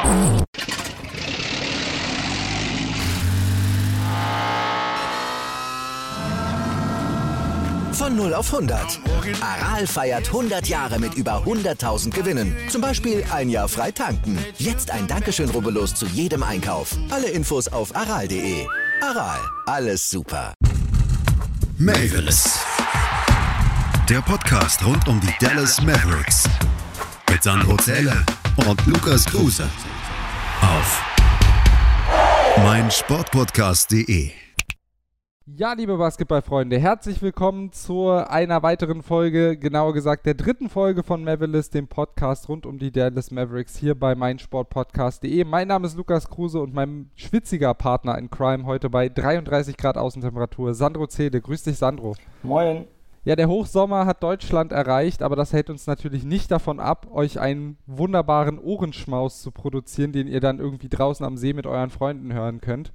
Von 0 auf 100. Aral feiert 100 Jahre mit über 100.000 Gewinnen. Zum Beispiel ein Jahr frei tanken. Jetzt ein Dankeschön, rubbellos zu jedem Einkauf. Alle Infos auf aral.de. Aral, alles super. Mavericks. Der Podcast rund um die Dallas Mavericks. Mit Sandro Zähler und Lukas Kruse. Auf meinsportpodcast.de. Ja, liebe Basketballfreunde, herzlich willkommen zu einer weiteren Folge, genauer gesagt der dritten Folge von Mavericks, dem Podcast rund um die Dallas Mavericks hier bei meinsportpodcast.de. Mein Name ist Lukas Kruse und mein schwitziger Partner in Crime heute bei 33 Grad Außentemperatur, Sandro Zede. Grüß dich, Sandro. Moin. Ja, der Hochsommer hat Deutschland erreicht, aber das hält uns natürlich nicht davon ab, euch einen wunderbaren Ohrenschmaus zu produzieren, den ihr dann irgendwie draußen am See mit euren Freunden hören könnt.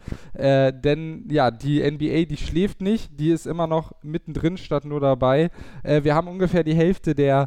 Denn ja, die NBA, die schläft nicht, die ist immer noch mittendrin statt nur dabei. Wir haben ungefähr die Hälfte der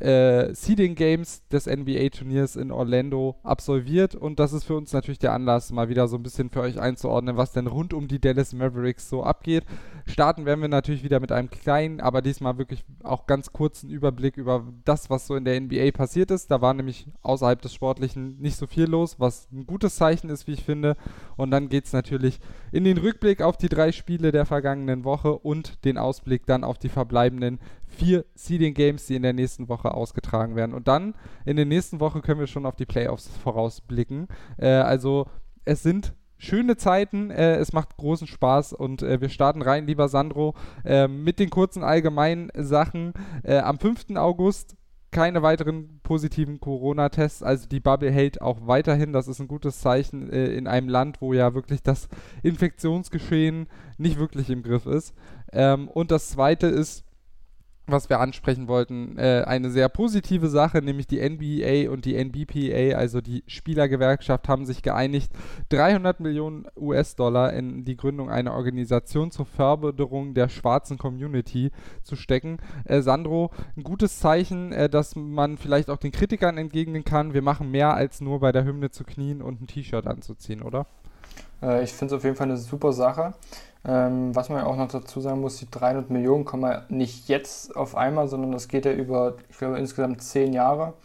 Seeding Games des NBA-Turniers in Orlando absolviert und das ist für uns natürlich der Anlass, mal wieder so ein bisschen für euch einzuordnen, was denn rund um die Dallas Mavericks so abgeht. Starten werden wir natürlich wieder mit einem kleinen, aber diesmal wirklich auch ganz kurzen Überblick über das, was so in der NBA passiert ist. Da war nämlich außerhalb des Sportlichen nicht so viel los, was ein gutes Zeichen ist, wie ich finde. Und dann geht es natürlich in den Rückblick auf die 3 Spiele der vergangenen Woche und den Ausblick dann auf die verbleibenden 4 Seeding Games, die in der nächsten Woche ausgetragen werden. Und dann in der nächsten Woche können wir schon auf die Playoffs vorausblicken. Also es sind schöne Zeiten, es macht großen Spaß und wir starten rein, lieber Sandro, mit den kurzen allgemeinen Sachen. Am 5. August keine weiteren positiven Corona-Tests, also die Bubble hält auch weiterhin, das ist ein gutes Zeichen in einem Land, wo ja wirklich das Infektionsgeschehen nicht wirklich im Griff ist. Und das Zweite ist, was wir ansprechen wollten, eine sehr positive Sache, nämlich die NBA und die NBPA, also die Spielergewerkschaft, haben sich geeinigt, 300 Millionen US-Dollar in die Gründung einer Organisation zur Förderung der schwarzen Community zu stecken. Sandro, ein gutes Zeichen, dass man vielleicht auch den Kritikern entgegnen kann, wir machen mehr als nur bei der Hymne zu knien und ein T-Shirt anzuziehen, oder? Ich finde es auf jeden Fall eine super Sache. Was man ja auch noch dazu sagen muss, die 300 Millionen kommen ja nicht jetzt auf einmal, sondern das geht ja über, ich glaube, insgesamt 10 Jahre.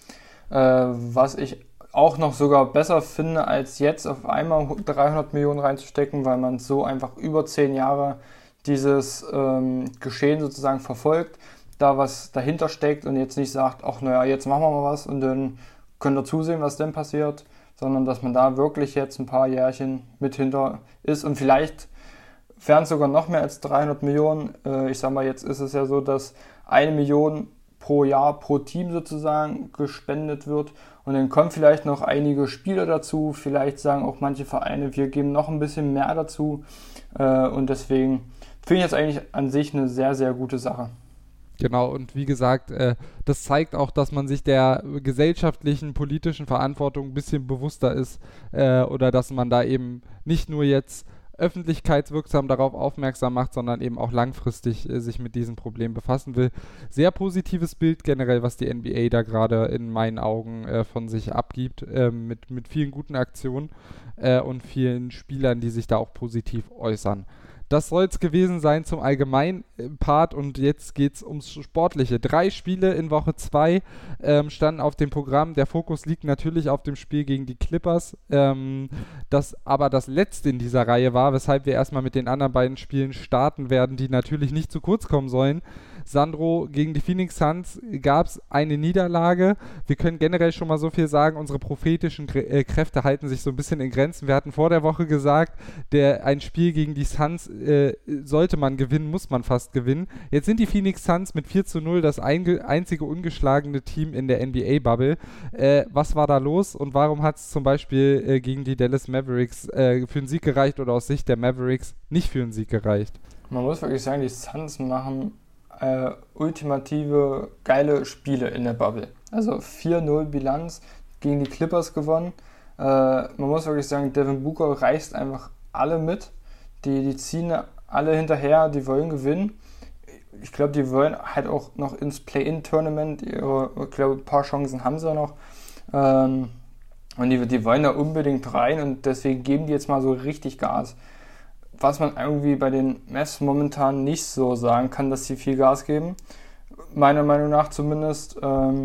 Was ich auch noch sogar besser finde, als jetzt auf einmal 300 Millionen reinzustecken, weil man so einfach über 10 Jahre dieses Geschehen sozusagen verfolgt, da was dahinter steckt und jetzt nicht sagt, ach naja, jetzt machen wir mal was und dann könnt ihr zusehen, was denn passiert, sondern dass man da wirklich jetzt ein paar Jährchen mit hinter ist und vielleicht wären es sogar noch mehr als 300 Millionen. Ich sag mal, jetzt ist es ja so, dass 1 Million pro Jahr pro Team sozusagen gespendet wird und dann kommen vielleicht noch einige Spieler dazu, vielleicht sagen auch manche Vereine, wir geben noch ein bisschen mehr dazu und deswegen finde ich das eigentlich an sich eine sehr, sehr gute Sache. Genau, und wie gesagt, das zeigt auch, dass man sich der gesellschaftlichen, politischen Verantwortung ein bisschen bewusster ist oder dass man da eben nicht nur jetzt öffentlichkeitswirksam darauf aufmerksam macht, sondern eben auch langfristig sich mit diesem Problem befassen will. Sehr positives Bild generell, was die NBA da gerade in meinen Augen von sich abgibt, mit vielen guten Aktionen und vielen Spielern, die sich da auch positiv äußern. Das soll es gewesen sein zum allgemeinen Part und jetzt geht es ums Sportliche. 3 Spiele in Woche 2 standen auf dem Programm. Der Fokus liegt natürlich auf dem Spiel gegen die Clippers, das aber das letzte in dieser Reihe war, weshalb wir erstmal mit den anderen beiden Spielen starten werden, die natürlich nicht zu kurz kommen sollen. Sandro, gegen die Phoenix Suns gab es eine Niederlage. Wir können generell schon mal so viel sagen, unsere prophetischen Kräfte halten sich so ein bisschen in Grenzen. Wir hatten vor der Woche gesagt, ein Spiel gegen die Suns sollte man gewinnen, muss man fast gewinnen. Jetzt sind die Phoenix Suns mit 4:0 das einzige ungeschlagene Team in der NBA-Bubble. Was war da los und warum hat es zum Beispiel gegen die Dallas Mavericks für einen Sieg gereicht oder aus Sicht der Mavericks nicht für einen Sieg gereicht? Man muss wirklich sagen, die Suns machen ultimative, geile Spiele in der Bubble. Also 4:0 Bilanz gegen die Clippers gewonnen. Man muss wirklich sagen, Devin Booker reißt einfach alle mit. Die ziehen alle hinterher, die wollen gewinnen. Ich glaube, die wollen halt auch noch ins Play-In-Tournament. Ich glaube, ein paar Chancen haben sie noch. Und die wollen da unbedingt rein und deswegen geben die jetzt mal so richtig Gas. Was man irgendwie bei den Mavs momentan nicht so sagen kann, dass sie viel Gas geben. Meiner Meinung nach zumindest.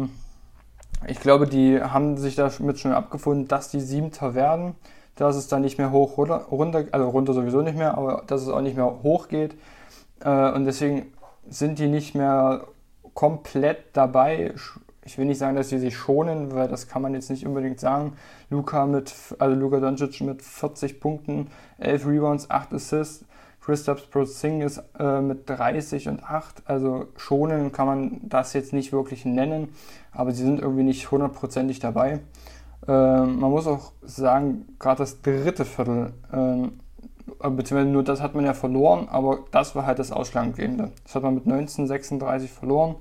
Ich glaube, die haben sich damit schon abgefunden, dass die Siebter werden. Dass es dann nicht mehr hoch runter, also runter sowieso nicht mehr, aber dass es auch nicht mehr hoch geht. Und deswegen sind die nicht mehr komplett dabei. Ich will nicht sagen, dass sie sich schonen, weil das kann man jetzt nicht unbedingt sagen. Luka Doncic mit 40 Punkten, 11 Rebounds, 8 Assists. Kristaps Porzingis mit 30 und 8. Also schonen kann man das jetzt nicht wirklich nennen, aber sie sind irgendwie nicht hundertprozentig dabei. Man muss auch sagen, gerade das dritte Viertel, beziehungsweise nur das hat man ja verloren, aber das war halt das Ausschlaggebende. Das hat man mit 19:36 verloren.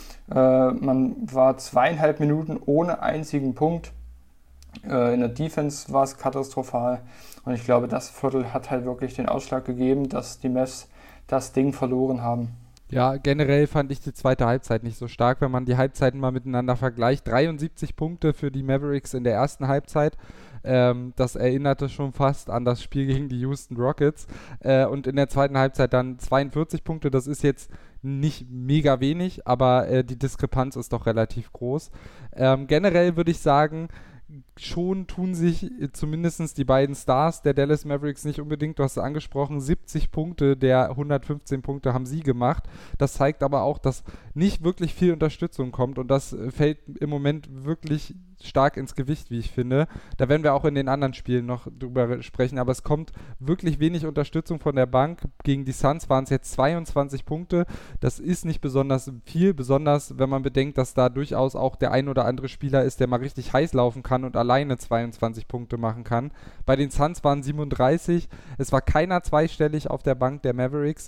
Man war 2,5 Minuten ohne einzigen Punkt. In der Defense war es katastrophal. Und ich glaube, das Viertel hat halt wirklich den Ausschlag gegeben, dass die Mavs das Ding verloren haben. Ja, generell fand ich die zweite Halbzeit nicht so stark, wenn man die Halbzeiten mal miteinander vergleicht. 73 Punkte für die Mavericks in der ersten Halbzeit. Das erinnerte schon fast an das Spiel gegen die Houston Rockets. Und in der zweiten Halbzeit dann 42 Punkte. Das ist jetzt nicht mega wenig, aber die Diskrepanz ist doch relativ groß. Generell würde ich sagen, schon tun sich zumindest die beiden Stars der Dallas Mavericks nicht unbedingt, du hast es angesprochen, 70 Punkte der 115 Punkte haben sie gemacht. Das zeigt aber auch, dass nicht wirklich viel Unterstützung kommt und das fällt im Moment wirklich stark ins Gewicht, wie ich finde. Da werden wir auch in den anderen Spielen noch drüber sprechen, aber es kommt wirklich wenig Unterstützung von der Bank. Gegen die Suns waren es jetzt 22 Punkte. Das ist nicht besonders viel, besonders wenn man bedenkt, dass da durchaus auch der ein oder andere Spieler ist, der mal richtig heiß laufen kann und alleine 22 Punkte machen kann. Bei den Suns waren 37. Es war keiner zweistellig auf der Bank der Mavericks.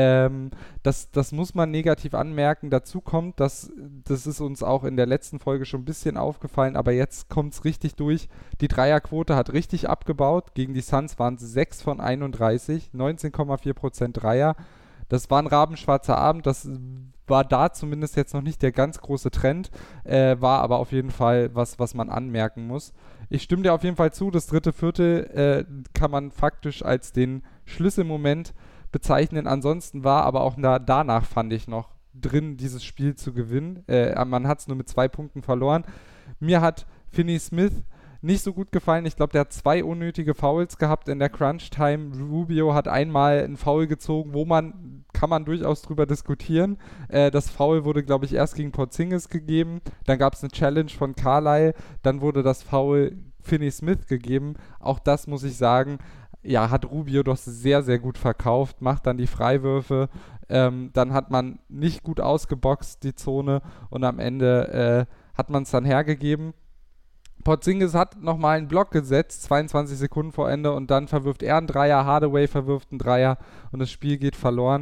Das muss man negativ anmerken. Dazu kommt, das ist uns auch in der letzten Folge schon ein bisschen aufgefallen, aber jetzt kommt es richtig durch. Die Dreierquote hat richtig abgebaut. Gegen die Suns waren es 6 von 31, 19,4% Dreier. Das war ein rabenschwarzer Abend, das war da zumindest jetzt noch nicht der ganz große Trend, war aber auf jeden Fall was man anmerken muss. Ich stimme dir auf jeden Fall zu, das dritte Viertel kann man faktisch als den Schlüsselmoment bezeichnen. Ansonsten war aber auch danach, fand ich, noch drin, dieses Spiel zu gewinnen. Man hat es nur mit 2 Punkten verloren. Mir hat Finney Smith nicht so gut gefallen. Ich glaube, der hat 2 unnötige Fouls gehabt in der Crunch-Time. Rubio hat einmal einen Foul gezogen, kann man durchaus drüber diskutieren. Das Foul wurde, glaube ich, erst gegen Porzingis gegeben. Dann gab es eine Challenge von Carlisle. Dann wurde das Foul Finney Smith gegeben. Auch das muss ich sagen, ja, hat Rubio doch sehr, sehr gut verkauft. Macht dann die Freiwürfe. Dann hat man nicht gut ausgeboxt, die Zone. Und am Ende hat man es dann hergegeben. Porzingis hat nochmal einen Block gesetzt, 22 Sekunden vor Ende, und dann verwirft er einen Dreier, Hardaway verwirft einen Dreier und das Spiel geht verloren.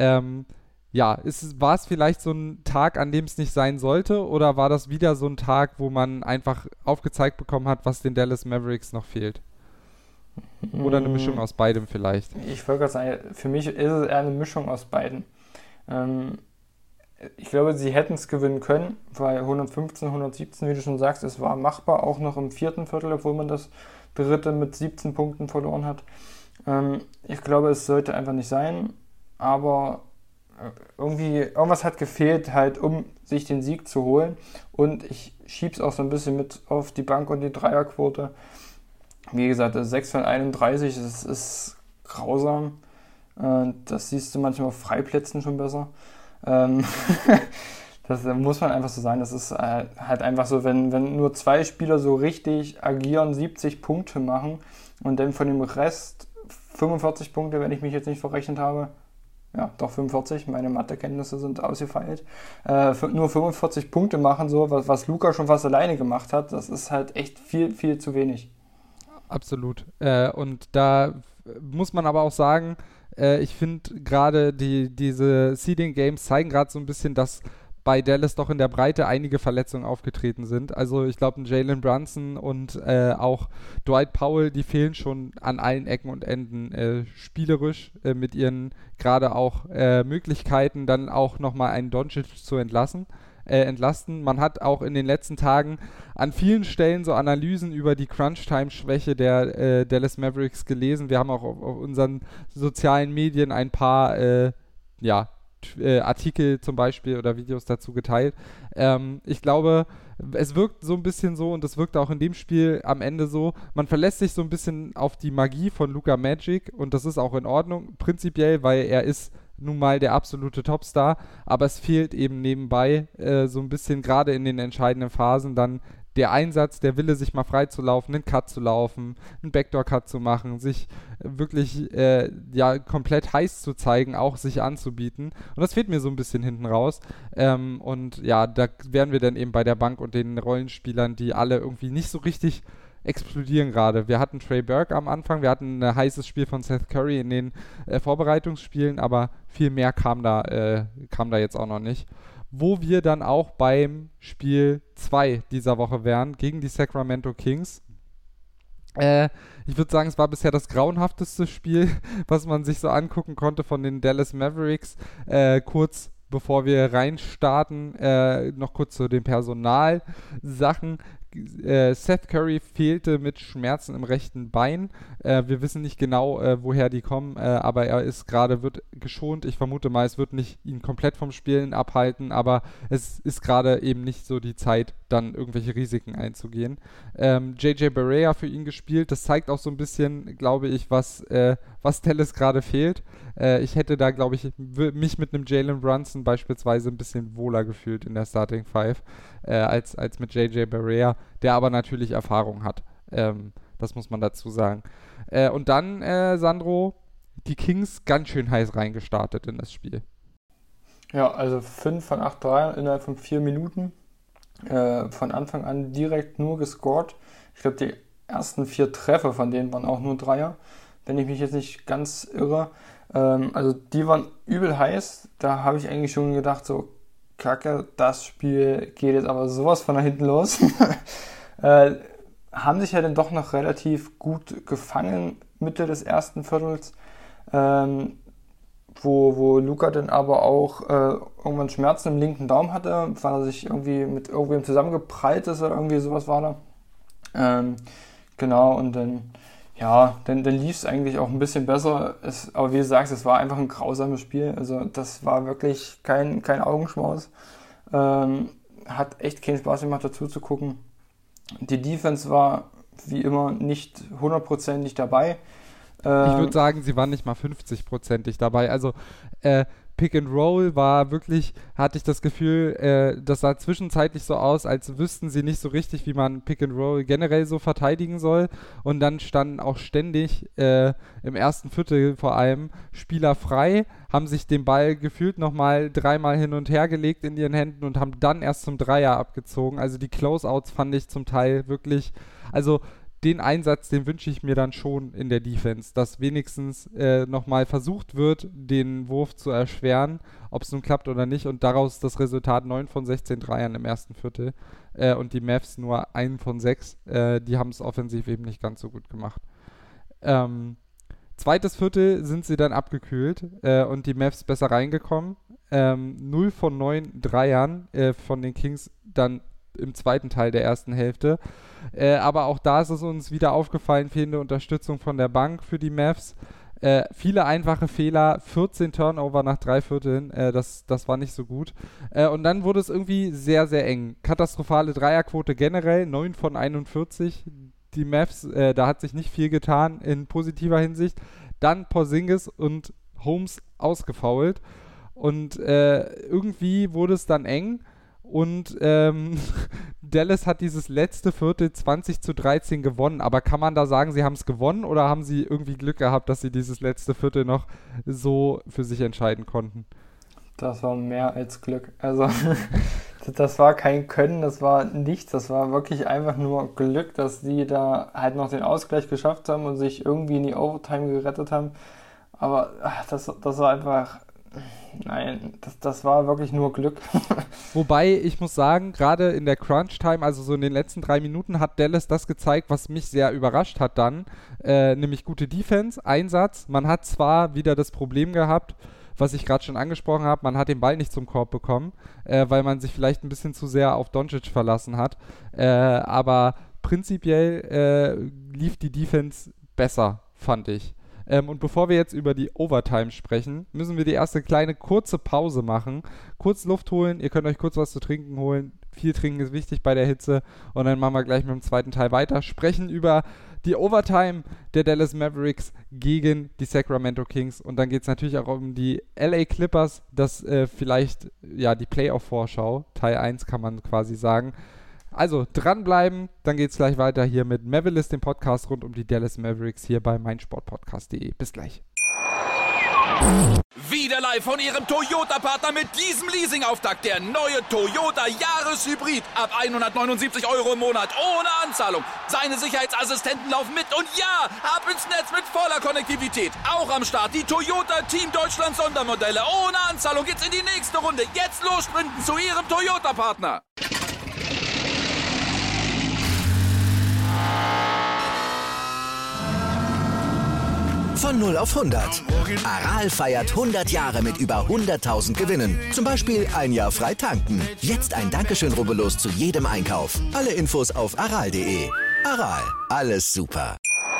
War es vielleicht so ein Tag, an dem es nicht sein sollte, oder war das wieder so ein Tag, wo man einfach aufgezeigt bekommen hat, was den Dallas Mavericks noch fehlt? Oder eine Mischung aus beidem vielleicht? Ich wollte gerade sagen, für mich ist es eher eine Mischung aus beiden. Ich glaube, sie hätten es gewinnen können, weil 115, 117, wie du schon sagst, es war machbar, auch noch im vierten Viertel, obwohl man das dritte mit 17 Punkten verloren hat. Ich glaube, es sollte einfach nicht sein, aber irgendwas hat gefehlt, halt, um sich den Sieg zu holen, und ich schiebe es auch so ein bisschen mit auf die Bank und die Dreierquote. Wie gesagt, 6 von 31, das ist grausam. Das siehst du manchmal auf Freiplätzen schon besser. Das muss man einfach so sagen. Das ist halt einfach so, wenn nur 2 Spieler so richtig agieren, 70 Punkte machen und dann von dem Rest 45 Punkte, wenn ich mich jetzt nicht verrechnet habe, ja, doch 45, meine Mathekenntnisse sind ausgefeilt, nur 45 Punkte machen, so was Luka schon fast alleine gemacht hat, das ist halt echt viel, viel zu wenig. Absolut. Und da muss man aber auch sagen, ich finde gerade diese Seeding Games zeigen gerade so ein bisschen, dass bei Dallas doch in der Breite einige Verletzungen aufgetreten sind. Also ich glaube, ein Jalen Brunson und auch Dwight Powell, die fehlen schon an allen Ecken und Enden spielerisch mit ihren gerade auch Möglichkeiten, dann auch nochmal einen Doncic zu entlassen. entlasten. Man hat auch in den letzten Tagen an vielen Stellen so Analysen über die Crunch-Time-Schwäche der Dallas Mavericks gelesen. Wir haben auch auf unseren sozialen Medien ein paar Artikel zum Beispiel oder Videos dazu geteilt. Ich glaube, es wirkt so ein bisschen so und es wirkt auch in dem Spiel am Ende so, man verlässt sich so ein bisschen auf die Magie von Luka Magic und das ist auch in Ordnung prinzipiell, weil er ist nun mal der absolute Topstar, aber es fehlt eben nebenbei so ein bisschen gerade in den entscheidenden Phasen dann der Einsatz, der Wille, sich mal frei zu laufen, einen Cut zu laufen, einen Backdoor-Cut zu machen, sich wirklich komplett heiß zu zeigen, auch sich anzubieten. Und das fehlt mir so ein bisschen hinten raus. Und ja, da wären wir dann eben bei der Bank und den Rollenspielern, die alle irgendwie nicht so richtig explodieren gerade. Wir hatten Trey Burke am Anfang, wir hatten ein heißes Spiel von Seth Curry in den Vorbereitungsspielen, aber viel mehr kam da jetzt auch noch nicht. Wo wir dann auch beim Spiel 2 dieser Woche wären, gegen die Sacramento Kings. Ich würde sagen, es war bisher das grauenhafteste Spiel, was man sich so angucken konnte von den Dallas Mavericks. Kurz bevor wir reinstarten, noch kurz zu den Personalsachen. Seth Curry fehlte mit Schmerzen im rechten Bein. Wir wissen nicht genau, woher die kommen, aber er wird geschont. Ich vermute mal, es wird nicht ihn komplett vom Spielen abhalten, aber es ist gerade eben nicht so die Zeit, dann irgendwelche Risiken einzugehen. JJ Barea für ihn gespielt. Das zeigt auch so ein bisschen, glaube ich, was Dallas gerade fehlt. Ich hätte da, glaube ich, mich mit einem Jalen Brunson beispielsweise ein bisschen wohler gefühlt in der Starting Five als mit JJ Barea, der aber natürlich Erfahrung hat. Das muss man dazu sagen. Und dann, Sandro, die Kings ganz schön heiß reingestartet in das Spiel. Ja, also 5 von 8 Dreiern innerhalb von 4 Minuten. Von Anfang an direkt nur gescored. Ich glaube, die ersten 4 Treffer von denen waren auch nur Dreier, wenn ich mich jetzt nicht ganz irre. Also die waren übel heiß. Da habe ich eigentlich schon gedacht, so Kacke, das Spiel geht jetzt aber sowas von da hinten los. Haben sich ja dann doch noch relativ gut gefangen, Mitte des ersten Viertels, wo Luka dann aber auch irgendwann Schmerzen im linken Daumen hatte, weil er sich irgendwie mit irgendwem zusammengeprallt ist oder irgendwie sowas war da. Genau, und dann lief es eigentlich auch ein bisschen besser. Aber wie du sagst, es war einfach ein grausames Spiel. Also das war wirklich kein Augenschmaus. Hat echt keinen Spaß gemacht, dazu zu gucken. Die Defense war wie immer nicht 100%ig dabei. Ich würde sagen, sie waren nicht mal 50%ig dabei. Also Pick and Roll war wirklich, hatte ich das Gefühl, das sah zwischenzeitlich so aus, als wüssten sie nicht so richtig, wie man Pick and Roll generell so verteidigen soll. Und dann standen auch ständig im ersten Viertel vor allem Spieler frei, haben sich den Ball gefühlt nochmal 3-mal hin und her gelegt in ihren Händen und haben dann erst zum Dreier abgezogen. Also die Closeouts fand ich zum Teil wirklich, also den Einsatz, den wünsche ich mir dann schon in der Defense, dass wenigstens nochmal versucht wird, den Wurf zu erschweren, ob es nun klappt oder nicht, und daraus das Resultat 9 von 16 Dreiern im ersten Viertel und die Mavs nur 1 von 6, die haben es offensiv eben nicht ganz so gut gemacht. Zweites Viertel sind sie dann abgekühlt und die Mavs besser reingekommen, 0 von 9 Dreiern von den Kings dann im zweiten Teil der ersten Hälfte. Aber auch da ist es uns wieder aufgefallen, fehlende Unterstützung von der Bank für die Mavs. Viele einfache Fehler, 14 Turnover nach 3 Vierteln, das war nicht so gut. Und dann wurde es irgendwie sehr, sehr eng. Katastrophale Dreierquote generell, 9 von 41. Die Mavs, da hat sich nicht viel getan in positiver Hinsicht. Dann Porzingis und Holmes ausgefoult. Und irgendwie wurde es dann eng. Und Dallas hat dieses letzte Viertel 20-13 gewonnen. Aber kann man da sagen, sie haben es gewonnen oder haben sie irgendwie Glück gehabt, dass sie dieses letzte Viertel noch so für sich entscheiden konnten? Das war mehr als Glück. Also das war kein Können, das war nichts. Das war wirklich einfach nur Glück, dass die da halt noch den Ausgleich geschafft haben und sich irgendwie in die Overtime gerettet haben. Aber das war einfach... Nein, das war wirklich nur Glück. Wobei, ich muss sagen, gerade in der Crunch-Time, also so in den letzten 3 Minuten, hat Dallas das gezeigt, was mich sehr überrascht hat dann, nämlich gute Defense, Einsatz. Man hat zwar wieder das Problem gehabt, was ich gerade schon angesprochen habe, man hat den Ball nicht zum Korb bekommen, weil man sich vielleicht ein bisschen zu sehr auf Doncic verlassen hat. Aber prinzipiell lief die Defense besser, fand ich. Und bevor wir jetzt über die Overtime sprechen, müssen wir die erste kleine kurze Pause machen. Kurz Luft holen, ihr könnt euch kurz was zu trinken holen. Viel trinken ist wichtig bei der Hitze. Und dann machen wir gleich mit dem zweiten Teil weiter. Sprechen über die Overtime der Dallas Mavericks gegen die Sacramento Kings. Und dann geht es natürlich auch um die LA Clippers. Das vielleicht ja die Playoff-Vorschau. Teil 1 kann man quasi sagen. Also dranbleiben, dann geht's gleich weiter hier mit Mavericks, dem Podcast rund um die Dallas Mavericks hier bei meinsportpodcast.de. Bis gleich. Wieder live von Ihrem Toyota-Partner mit diesem Leasing-Auftakt. Der neue Toyota Jahreshybrid. Ab 179 € im Monat. Ohne Anzahlung. Seine Sicherheitsassistenten laufen mit. Und ja, ab ins Netz mit voller Konnektivität. Auch am Start die Toyota Team Deutschland Sondermodelle. Ohne Anzahlung geht's in die nächste Runde. Jetzt los sprinten zu Ihrem Toyota-Partner. Von 0 auf 100. Aral feiert 100 Jahre mit über 100.000 Gewinnen. Zum Beispiel ein Jahr frei tanken. Jetzt ein Dankeschön, rubbellos zu jedem Einkauf. Alle Infos auf aral.de. Aral, alles super.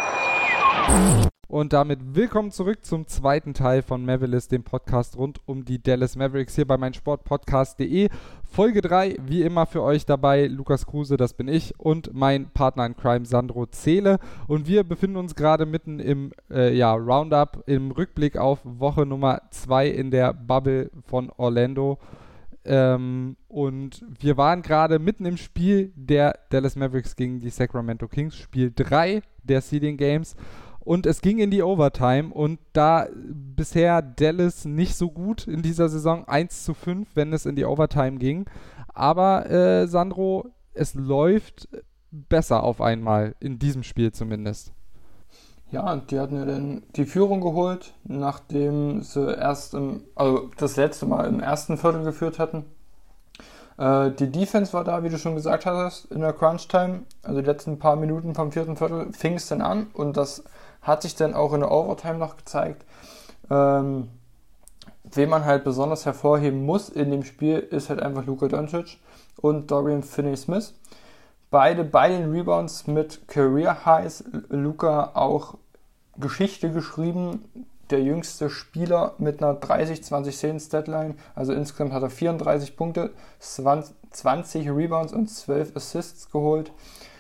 Und damit willkommen zurück zum zweiten Teil von Mavericks, dem Podcast rund um die Dallas Mavericks hier bei meinsportpodcast.de. Folge 3, wie immer für euch dabei, Lukas Kruse, das bin ich, und mein Partner in Crime, Sandro Zähle. Und wir befinden uns gerade mitten im Roundup, im Rückblick auf Woche Nummer 2 in der Bubble von Orlando. Und wir waren gerade mitten im Spiel der Dallas Mavericks gegen die Sacramento Kings, Spiel 3 der Seeding Games. Und es ging in die Overtime und da bisher Dallas nicht so gut in dieser Saison, 1:5, wenn es in die Overtime ging. Aber Sandro, es läuft besser auf einmal, in diesem Spiel zumindest. Ja, die hatten ja dann die Führung geholt, nachdem sie das letzte Mal im ersten Viertel geführt hatten. Die Defense war da, wie du schon gesagt hast, in der Crunch-Time. Also die letzten paar Minuten vom vierten Viertel fing es dann an und das hat sich dann auch in der Overtime noch gezeigt. Wen man halt besonders hervorheben muss in dem Spiel, ist halt einfach Luka Doncic und Dorian Finney-Smith. Beide bei den Rebounds mit Career Highs. Luka auch Geschichte geschrieben. Der jüngste Spieler mit einer 30-20-10 Also insgesamt hat er 34 Punkte, 20 Rebounds und 12 Assists geholt.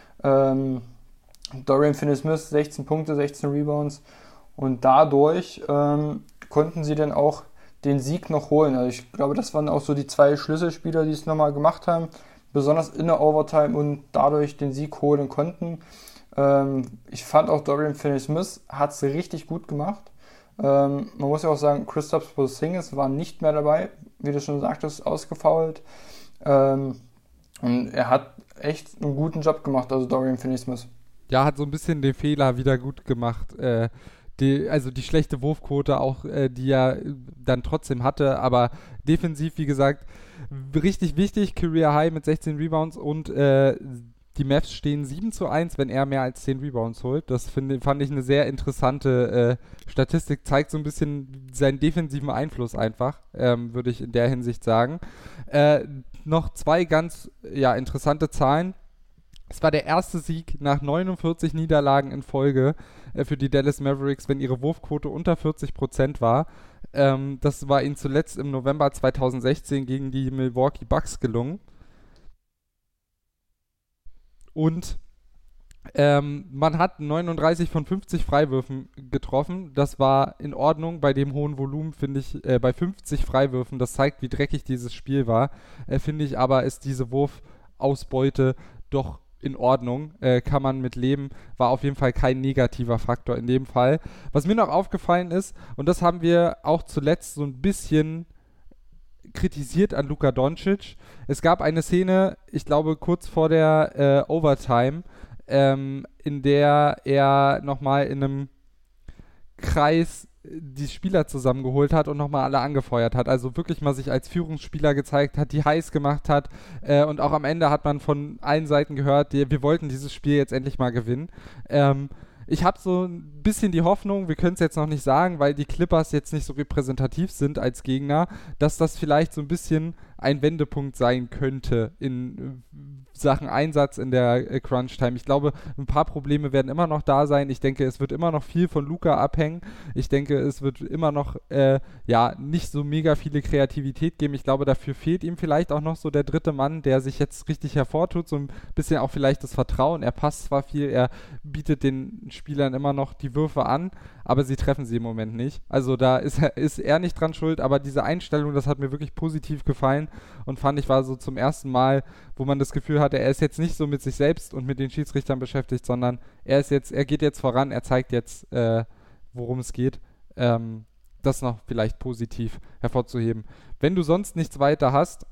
Dorian Finney-Smith 16 Punkte, 16 Rebounds. Und dadurch konnten sie dann auch den Sieg noch holen. Also ich glaube, das waren auch so die zwei Schlüsselspieler, die es nochmal gemacht haben. Besonders in der Overtime und dadurch den Sieg holen konnten. Ich fand auch Dorian Finney-Smith hat es richtig gut gemacht. Man muss ja auch sagen, Kristaps Porzingis war nicht mehr dabei, wie du schon sagtest, ausgefoult. Und er hat echt einen guten Job gemacht, also Dorian Finney-Smith. Ja, hat so ein bisschen den Fehler wieder gut gemacht. Die schlechte Wurfquote auch, die er dann trotzdem hatte, aber defensiv, wie gesagt, richtig wichtig, Career High mit 16 Rebounds und die Mavs stehen 7:1, wenn er mehr als 10 Rebounds holt. Das fand ich eine sehr interessante Statistik, zeigt so ein bisschen seinen defensiven Einfluss einfach, würde ich in der Hinsicht sagen. Noch zwei ganz interessante Zahlen. Es war der erste Sieg nach 49 Niederlagen in Folge für die Dallas Mavericks, wenn ihre Wurfquote unter 40% war. Das war ihnen zuletzt im November 2016 gegen die Milwaukee Bucks gelungen. Und man hat 39 von 50 Freiwürfen getroffen. Das war in Ordnung bei dem hohen Volumen, finde ich, bei 50 Freiwürfen. Das zeigt, wie dreckig dieses Spiel war. Finde ich aber, ist diese Wurfausbeute doch in Ordnung, kann man mit leben, war auf jeden Fall kein negativer Faktor in dem Fall. Was mir noch aufgefallen ist, und das haben wir auch zuletzt so ein bisschen kritisiert an Luka Doncic, es gab eine Szene, ich glaube kurz vor der Overtime, in der er nochmal in einem Kreis die Spieler zusammengeholt hat und nochmal alle angefeuert hat. Also wirklich mal sich als Führungsspieler gezeigt hat, die heiß gemacht hat. Und auch am Ende hat man von allen Seiten gehört, wir wollten dieses Spiel jetzt endlich mal gewinnen. ich habe so ein bisschen die Hoffnung, wir können es jetzt noch nicht sagen, weil die Clippers jetzt nicht so repräsentativ sind als Gegner, dass das vielleicht so ein bisschen ein Wendepunkt sein könnte in Sachen Einsatz in der Crunch-Time. Ich glaube, ein paar Probleme werden immer noch da sein. Ich denke, es wird immer noch viel von Luka abhängen. Ich denke, es wird immer noch nicht so mega viele Kreativität geben. Ich glaube, dafür fehlt ihm vielleicht auch noch so der dritte Mann, der sich jetzt richtig hervortut. So ein bisschen auch vielleicht das Vertrauen. Er passt zwar viel, er bietet den Spielern immer noch die Würfe an, aber sie treffen sie im Moment nicht. Also da ist er nicht dran schuld, aber diese Einstellung, das hat mir wirklich positiv gefallen und fand ich war so zum ersten Mal, wo man das Gefühl hatte, er ist jetzt nicht so mit sich selbst und mit den Schiedsrichtern beschäftigt, sondern er geht jetzt voran, er zeigt jetzt, worum es geht. Das noch vielleicht positiv hervorzuheben. Wenn du sonst nichts weiter hast,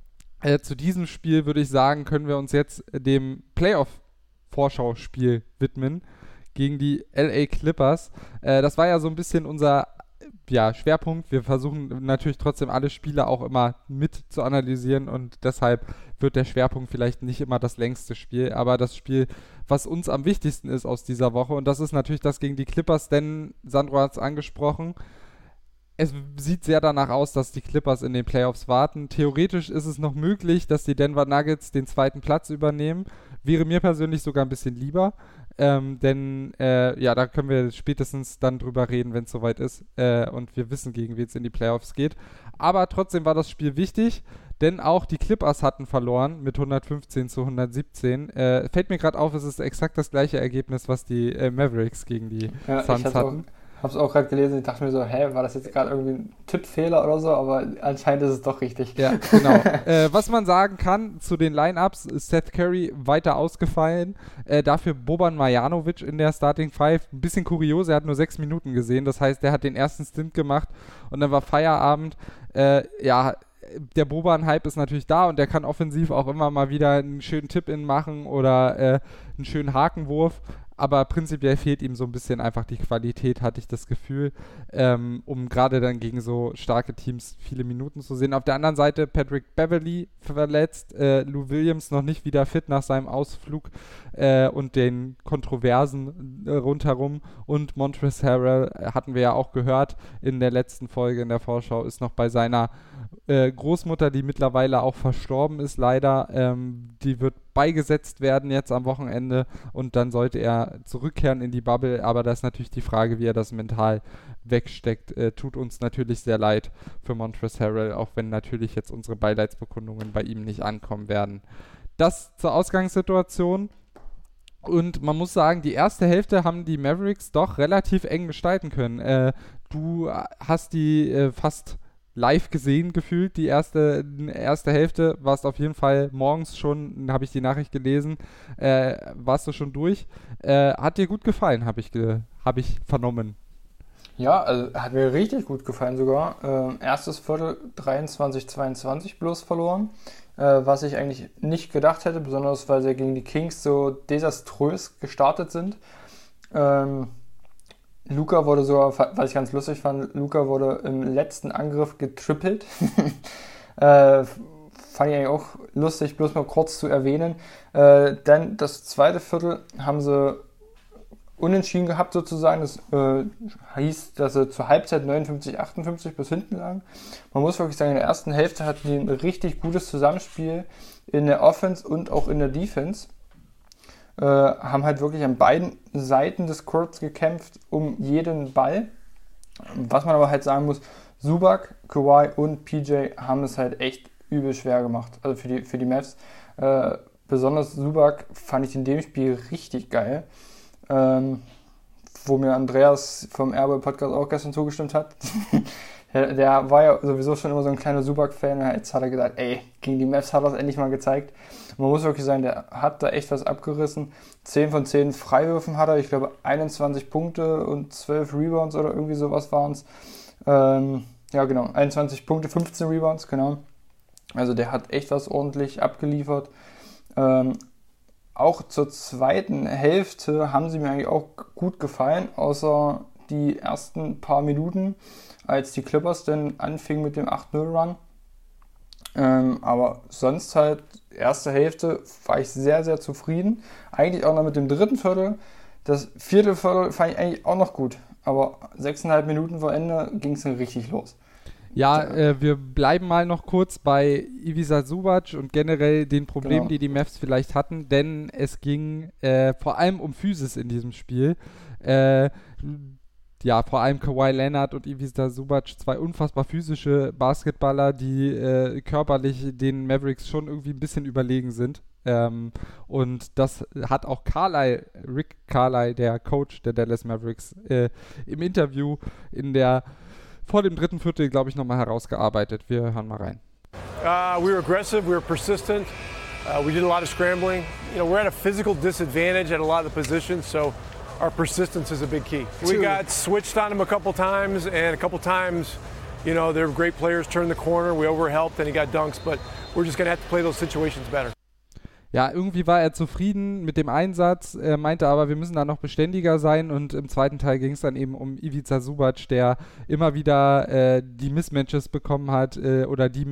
zu diesem Spiel würde ich sagen, können wir uns jetzt dem Playoff-Vorschauspiel widmen gegen die LA Clippers. Das war ja so ein bisschen unser Schwerpunkt. Wir versuchen natürlich trotzdem alle Spiele auch immer mit zu analysieren und deshalb wird der Schwerpunkt vielleicht nicht immer das längste Spiel, aber das Spiel, was uns am wichtigsten ist aus dieser Woche, und das ist natürlich das gegen die Clippers, denn Sandro hat es angesprochen, es sieht sehr danach aus, dass die Clippers in den Playoffs warten. Theoretisch ist es noch möglich, dass die Denver Nuggets den zweiten Platz übernehmen. Wäre mir persönlich sogar ein bisschen lieber, denn da können wir spätestens dann drüber reden, wenn es soweit ist und wir wissen, gegen wen es in die Playoffs geht. Aber trotzdem war das Spiel wichtig, denn auch die Clippers hatten verloren mit 115-117. Fällt mir gerade auf, es ist exakt das gleiche Ergebnis, was die Mavericks gegen die Suns hatten. Hab's auch gerade gelesen, ich dachte mir so, war das jetzt gerade irgendwie ein Tippfehler oder so, aber anscheinend ist es doch richtig. Ja, genau. Was man sagen kann zu den Lineups, ist Seth Curry weiter ausgefallen, dafür Boban Marjanovic in der Starting Five, ein bisschen kurios, er hat nur 6 Minuten gesehen, das heißt, er hat den ersten Stint gemacht und dann war Feierabend, der Boban-Hype ist natürlich da und der kann offensiv auch immer mal wieder einen schönen Tip-In machen oder einen schönen Hakenwurf. Aber prinzipiell fehlt ihm so ein bisschen einfach die Qualität, hatte ich das Gefühl, um gerade dann gegen so starke Teams viele Minuten zu sehen. Auf der anderen Seite Patrick Beverley verletzt, Lou Williams noch nicht wieder fit nach seinem Ausflug und den Kontroversen rundherum. Und Montrezl Harrell, hatten wir ja auch gehört in der letzten Folge in der Vorschau, ist noch bei seiner Großmutter, die mittlerweile auch verstorben ist, leider. Die wird beigesetzt werden jetzt am Wochenende und dann sollte er zurückkehren in die Bubble, aber da ist natürlich die Frage, wie er das mental wegsteckt. Tut uns natürlich sehr leid für Montrezl Harrell, auch wenn natürlich jetzt unsere Beileidsbekundungen bei ihm nicht ankommen werden. Das zur Ausgangssituation. Und man muss sagen, die erste Hälfte haben die Mavericks doch relativ eng gestalten können. Du hast die fast live gesehen gefühlt, die erste Hälfte, warst auf jeden Fall morgens schon, habe ich die Nachricht gelesen, warst du schon durch. Hat dir gut gefallen, habe ich vernommen. Ja, also hat mir richtig gut gefallen sogar. Erstes Viertel 23-22 bloß verloren, was ich eigentlich nicht gedacht hätte, besonders weil sie gegen die Kings so desaströs gestartet sind. Luka wurde sogar, was ich ganz lustig fand, Luka wurde im letzten Angriff getrippelt. Fand ich eigentlich auch lustig, bloß mal kurz zu erwähnen. Dann das zweite Viertel haben sie unentschieden gehabt sozusagen. Das hieß, dass sie zur Halbzeit 59-58 bis hinten lagen. Man muss wirklich sagen, in der ersten Hälfte hatten die ein richtig gutes Zusammenspiel in der Offense und auch in der Defense. Haben halt wirklich an beiden Seiten des Courts gekämpft um jeden Ball. Was man aber halt sagen muss, Zubac, Kawhi und PJ haben es halt echt übel schwer gemacht. Also für die Mavs. Besonders Zubac fand ich in dem Spiel richtig geil. Wo mir Andreas vom Airboy Podcast auch gestern zugestimmt hat. Der war ja sowieso schon immer so ein kleiner Zubac-Fan. Jetzt hat er gesagt, gegen die Mavs hat er es endlich mal gezeigt. Man muss wirklich sagen, der hat da echt was abgerissen. 10 von 10 Freiwürfen hat er. Ich glaube 21 Punkte und 12 Rebounds oder irgendwie sowas waren es. Ja genau, 21 Punkte, 15 Rebounds, genau. Also der hat echt was ordentlich abgeliefert. Auch zur zweiten Hälfte haben sie mir eigentlich auch gut gefallen, außer die ersten paar Minuten, als die Clippers dann anfingen mit dem 8-0-Run. Aber sonst halt, erste Hälfte war ich sehr, sehr zufrieden. Eigentlich auch noch mit dem dritten Viertel. Das vierte Viertel fand ich eigentlich auch noch gut, aber 6,5 Minuten vor Ende ging es dann richtig los. Ja, wir bleiben mal noch kurz bei Ivica Zubac und generell den Problemen, Genau. die die Mavs vielleicht hatten, denn es ging vor allem um Physis in diesem Spiel. Ja, vor allem Kawhi Leonard und Ivica Zubac, zwei unfassbar physische Basketballer, die körperlich den Mavericks schon irgendwie ein bisschen überlegen sind. Und das hat auch Rick Carlisle, der Coach der Dallas Mavericks, im Interview vor dem dritten Viertel, glaube ich, nochmal herausgearbeitet. Wir hören mal rein. We were aggressive, we were persistent, we did a lot of scrambling. You know, we're at a physical disadvantage at a lot of the positions, so our persistence is a big key. We got switched on him a couple times, and a couple times, you know, they were great players, turned the corner, we overhelped, and he got dunks, but we're just going to have to play those situations better. Ja, irgendwie war er zufrieden mit dem Einsatz, meinte aber, wir müssen da noch beständiger sein, und im zweiten Teil ging es dann eben um Ivica Zubac, der immer wieder die Mismatches bekommen hat oder die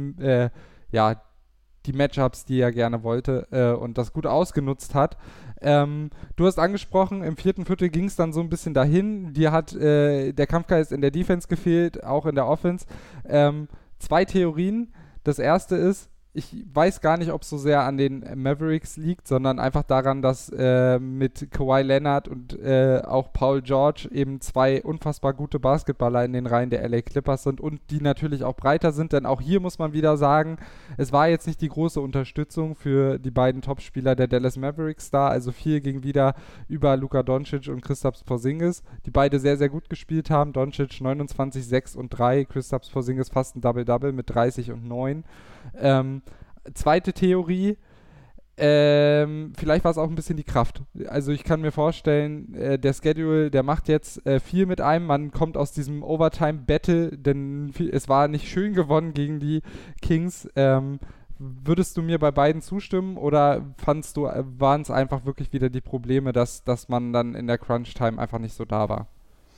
Matchups, die er gerne wollte und das gut ausgenutzt hat. Du hast angesprochen, im vierten Viertel ging es dann so ein bisschen dahin. Dir hat der Kampfgeist in der Defense gefehlt, auch in der Offense. Zwei Theorien. Das erste ist, ich weiß gar nicht, ob es so sehr an den Mavericks liegt, sondern einfach daran, dass mit Kawhi Leonard und auch Paul George eben zwei unfassbar gute Basketballer in den Reihen der LA Clippers sind und die natürlich auch breiter sind, denn auch hier muss man wieder sagen, es war jetzt nicht die große Unterstützung für die beiden Topspieler der Dallas Mavericks da, also viel ging wieder über Luka Doncic und Kristaps Porzingis, die beide sehr, sehr gut gespielt haben. Doncic 29, 6 und 3, Kristaps Porzingis fast ein Double-Double mit 30 und 9. Zweite Theorie, vielleicht war es auch ein bisschen die Kraft. Also ich kann mir vorstellen, der Schedule, der macht jetzt viel mit einem. Man kommt aus diesem Overtime-Battle, denn es war nicht schön gewonnen gegen die Kings. Würdest du mir bei beiden zustimmen oder fandst du, waren es einfach wirklich wieder die Probleme, dass man dann in der Crunch-Time einfach nicht so da war?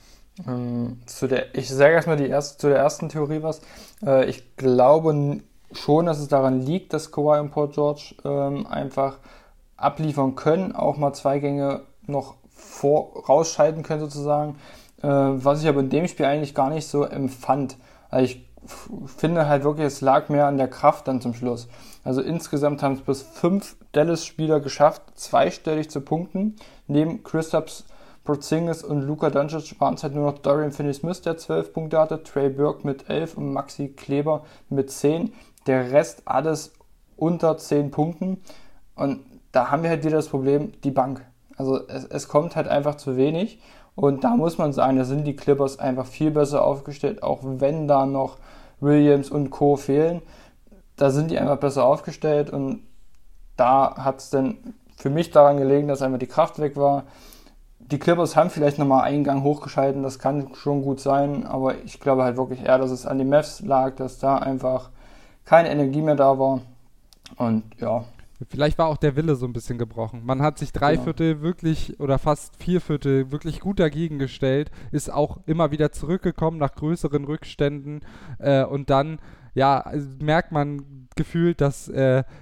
Ich sage erstmal zu der ersten Theorie was. Ich glaube schon, dass es daran liegt, dass Kawhi und Paul George einfach abliefern können, auch mal zwei Gänge noch rausschalten können sozusagen, was ich aber in dem Spiel eigentlich gar nicht so empfand. Also ich finde halt wirklich, es lag mehr an der Kraft dann zum Schluss. Also insgesamt haben es bis 5 Dallas-Spieler geschafft, zweistellig zu punkten. Neben Kristaps Porzingis und Luka Doncic waren es halt nur noch Dorian Finney-Smith, der 12 Punkte hatte, Trey Burke mit 11 und Maxi Kleber mit 10. Der Rest alles unter 10 Punkten. Und da haben wir halt wieder das Problem, die Bank. Also es kommt halt einfach zu wenig. Und da muss man sagen, da sind die Clippers einfach viel besser aufgestellt, auch wenn da noch Williams und Co. fehlen. Da sind die einfach besser aufgestellt. Und da hat es dann für mich daran gelegen, dass einfach die Kraft weg war. Die Clippers haben vielleicht nochmal einen Gang hochgeschalten, das kann schon gut sein. Aber ich glaube halt wirklich eher, dass es an den Mavs lag, dass da einfach keine Energie mehr da war. Und ja. Vielleicht war auch der Wille so ein bisschen gebrochen. Man hat sich 3 Viertel wirklich oder fast 4 Viertel wirklich gut dagegen gestellt, ist auch immer wieder zurückgekommen nach größeren Rückständen und dann merkt man gefühlt, dass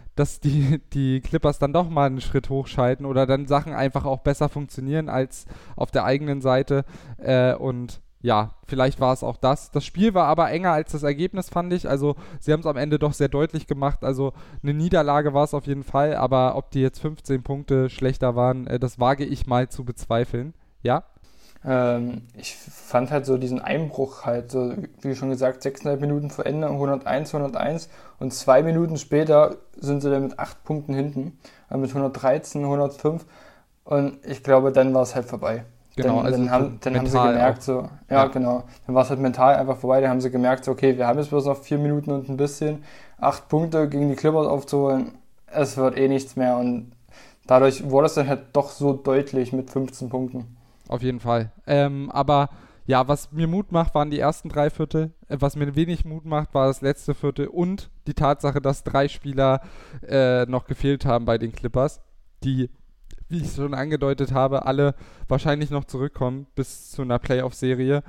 die Clippers dann doch mal einen Schritt hochschalten oder dann Sachen einfach auch besser funktionieren als auf der eigenen Seite und ja, vielleicht war es auch das. Das Spiel war aber enger als das Ergebnis, fand ich. Also sie haben es am Ende doch sehr deutlich gemacht. Also eine Niederlage war es auf jeden Fall. Aber ob die jetzt 15 Punkte schlechter waren, das wage ich mal zu bezweifeln. Ja? Ich fand halt so diesen Einbruch halt, so wie schon gesagt, 6,5 Minuten vor Ende, 101 und 2 Minuten später sind sie dann mit 8 Punkten hinten. Mit 113, 105 und ich glaube, dann war es halt vorbei. Genau, dann haben sie gemerkt, genau, dann war es halt mental einfach vorbei, dann haben sie gemerkt, so, okay, wir haben jetzt bloß noch 4 Minuten und ein bisschen, 8 Punkte gegen die Clippers aufzuholen, es wird eh nichts mehr und dadurch wurde es dann halt doch so deutlich mit 15 Punkten. Auf jeden Fall, aber ja, was mir Mut macht, waren die ersten 3 Viertel, was mir wenig Mut macht, war das letzte Viertel und die Tatsache, dass 3 Spieler noch gefehlt haben bei den Clippers, die, wie ich schon angedeutet habe, alle wahrscheinlich noch zurückkommen bis zu einer Playoff-Serie.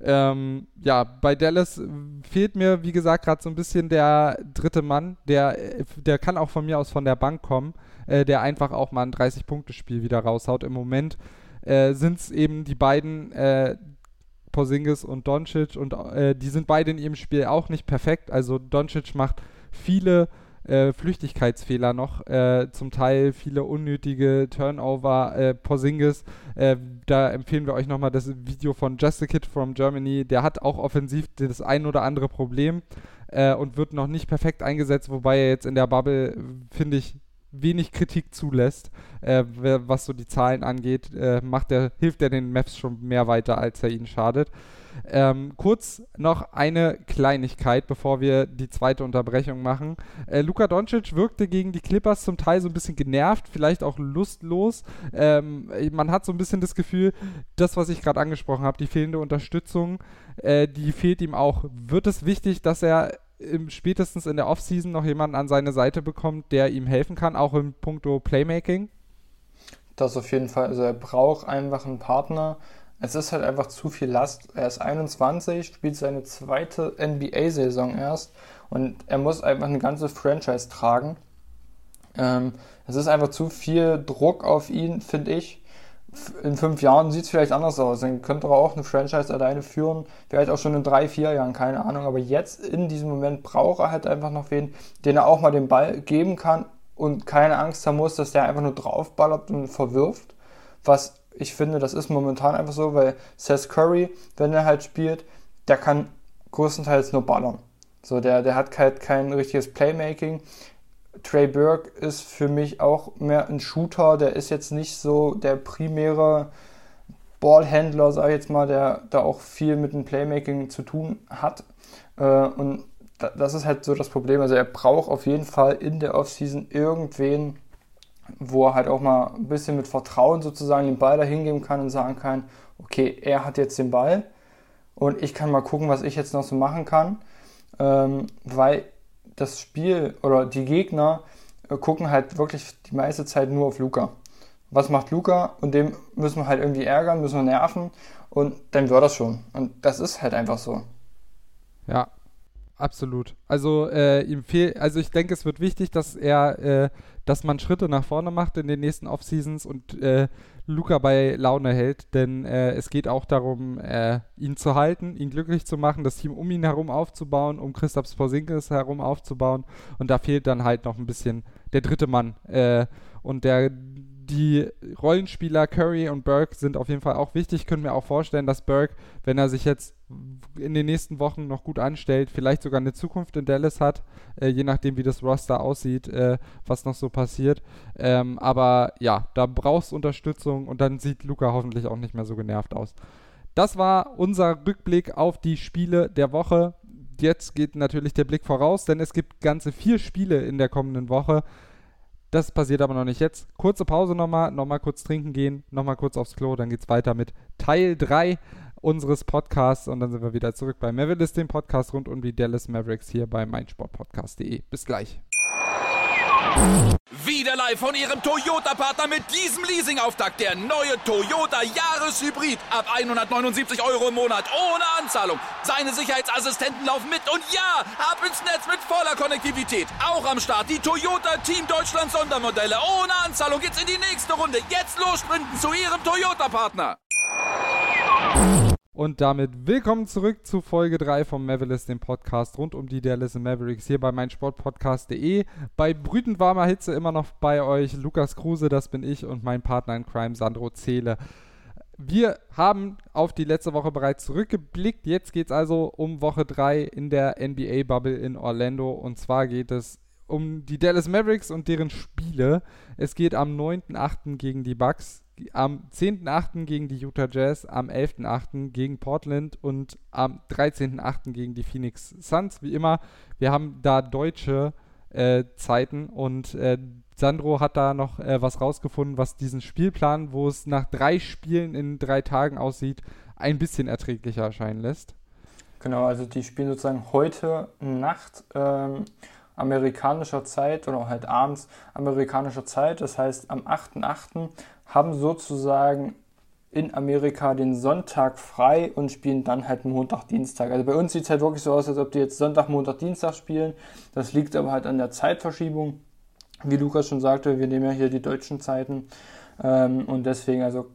Bei Dallas fehlt mir, wie gesagt, gerade so ein bisschen der dritte Mann, der kann auch von mir aus von der Bank kommen, der einfach auch mal ein 30-Punkte-Spiel wieder raushaut. Im Moment sind es eben die beiden Porzingis und Doncic und die sind beide in ihrem Spiel auch nicht perfekt. Also Doncic macht viele Flüchtigkeitsfehler noch, zum Teil viele unnötige Turnover. Porzingis, da empfehlen wir euch nochmal das Video von Just a Kid from Germany, der hat auch offensiv das ein oder andere Problem und wird noch nicht perfekt eingesetzt, wobei er jetzt in der Bubble, finde ich, wenig Kritik zulässt, was so die Zahlen angeht, hilft er den Mavs schon mehr weiter, als er ihnen schadet. Kurz noch eine Kleinigkeit, bevor wir die zweite Unterbrechung machen. Luka Doncic wirkte gegen die Clippers zum Teil so ein bisschen genervt, vielleicht auch lustlos. Man hat so ein bisschen das Gefühl, das, was ich gerade angesprochen habe, die fehlende Unterstützung, die fehlt ihm auch. Wird es wichtig, dass er spätestens in der Offseason noch jemanden an seine Seite bekommt, der ihm helfen kann, auch in puncto Playmaking? Das auf jeden Fall. Also er braucht einfach einen Partner. Es ist halt einfach zu viel Last. Er ist 21, spielt seine zweite NBA-Saison erst und er muss einfach eine ganze Franchise tragen. Es ist einfach zu viel Druck auf ihn, finde ich. In 5 Jahren sieht es vielleicht anders aus. Dann könnte er auch eine Franchise alleine führen. Vielleicht auch schon in 3-4 Jahren, keine Ahnung. Aber jetzt, in diesem Moment, braucht er halt einfach noch wen, den er auch mal den Ball geben kann und keine Angst haben muss, dass der einfach nur draufballert und verwirft. Was ich finde, das ist momentan einfach so, weil Seth Curry, wenn er halt spielt, der kann größtenteils nur ballern. So, der hat halt kein richtiges Playmaking. Trey Burke ist für mich auch mehr ein Shooter, der ist jetzt nicht so der primäre Ballhändler, sag ich jetzt mal, der da auch viel mit dem Playmaking zu tun hat. Und das ist halt so das Problem. Also er braucht auf jeden Fall in der Offseason irgendwen, wo er halt auch mal ein bisschen mit Vertrauen sozusagen den Ball da hingeben kann und sagen kann, okay, er hat jetzt den Ball und ich kann mal gucken, was ich jetzt noch so machen kann, weil das Spiel oder die Gegner gucken halt wirklich die meiste Zeit nur auf Luka. Was macht Luka? Und dem müssen wir halt irgendwie ärgern, müssen wir nerven und dann wird das schon. Und das ist halt einfach so. Ja, absolut. Also ich denke, es wird wichtig, dass man Schritte nach vorne macht in den nächsten Offseasons und Luka bei Laune hält, denn es geht auch darum, ihn zu halten, ihn glücklich zu machen, das Team um ihn herum aufzubauen, um Kristaps Porzingis herum aufzubauen und da fehlt dann halt noch ein bisschen der dritte Mann und die Rollenspieler Curry und Burke sind auf jeden Fall auch wichtig. Ich könnte mir auch vorstellen, dass Burke, wenn er sich jetzt in den nächsten Wochen noch gut anstellt, vielleicht sogar eine Zukunft in Dallas hat, je nachdem, wie das Roster aussieht, was noch so passiert. Aber ja, da brauchst du Unterstützung und dann sieht Luka hoffentlich auch nicht mehr so genervt aus. Das war unser Rückblick auf die Spiele der Woche. Jetzt geht natürlich der Blick voraus, denn es gibt ganze 4 Spiele in der kommenden Woche. Das passiert aber noch nicht jetzt. Kurze Pause nochmal kurz trinken gehen, nochmal kurz aufs Klo, dann geht's weiter mit Teil 3 unseres Podcasts und dann sind wir wieder zurück bei Mavericks, dem Podcast rund um die Dallas Mavericks hier bei meinsportpodcast.de. Bis gleich. Wieder live von Ihrem Toyota-Partner mit diesem Leasing-Auftakt. Der neue Toyota Jahreshybrid. Ab 179 € im Monat. Ohne Anzahlung. Seine Sicherheitsassistenten laufen mit. Und ja, ab ins Netz mit voller Konnektivität. Auch am Start die Toyota Team Deutschland Sondermodelle. Ohne Anzahlung geht's in die nächste Runde. Jetzt los sprinten zu Ihrem Toyota-Partner. Und damit willkommen zurück zu Folge 3 vom Mavericks, dem Podcast rund um die Dallas Mavericks hier bei meinsportpodcast.de. Bei brütend warmer Hitze immer noch bei euch Lukas Kruse, das bin ich, und mein Partner in Crime Sandro Zehle. Wir haben auf die letzte Woche bereits zurückgeblickt. Jetzt geht es also um Woche 3 in der NBA-Bubble in Orlando. Und zwar geht es um die Dallas Mavericks und deren Spiele. Es geht am 9.8. gegen die Bucks, am 10.8. gegen die Utah Jazz, am 11.8. gegen Portland und am 13.8. gegen die Phoenix Suns. Wie immer, wir haben da deutsche Zeiten und Sandro hat da noch was rausgefunden, was diesen Spielplan, wo es nach 3 Spielen in 3 Tagen aussieht, ein bisschen erträglicher erscheinen lässt. Genau, also die spielen sozusagen heute Nacht amerikanischer Zeit oder halt abends amerikanischer Zeit. Das heißt, am 8.8. haben sozusagen in Amerika den Sonntag frei und spielen dann halt Montag, Dienstag. Also bei uns sieht es halt wirklich so aus, als ob die jetzt Sonntag, Montag, Dienstag spielen. Das liegt aber halt an der Zeitverschiebung. Wie Lukas schon sagte, wir nehmen ja hier die deutschen Zeiten und deswegen also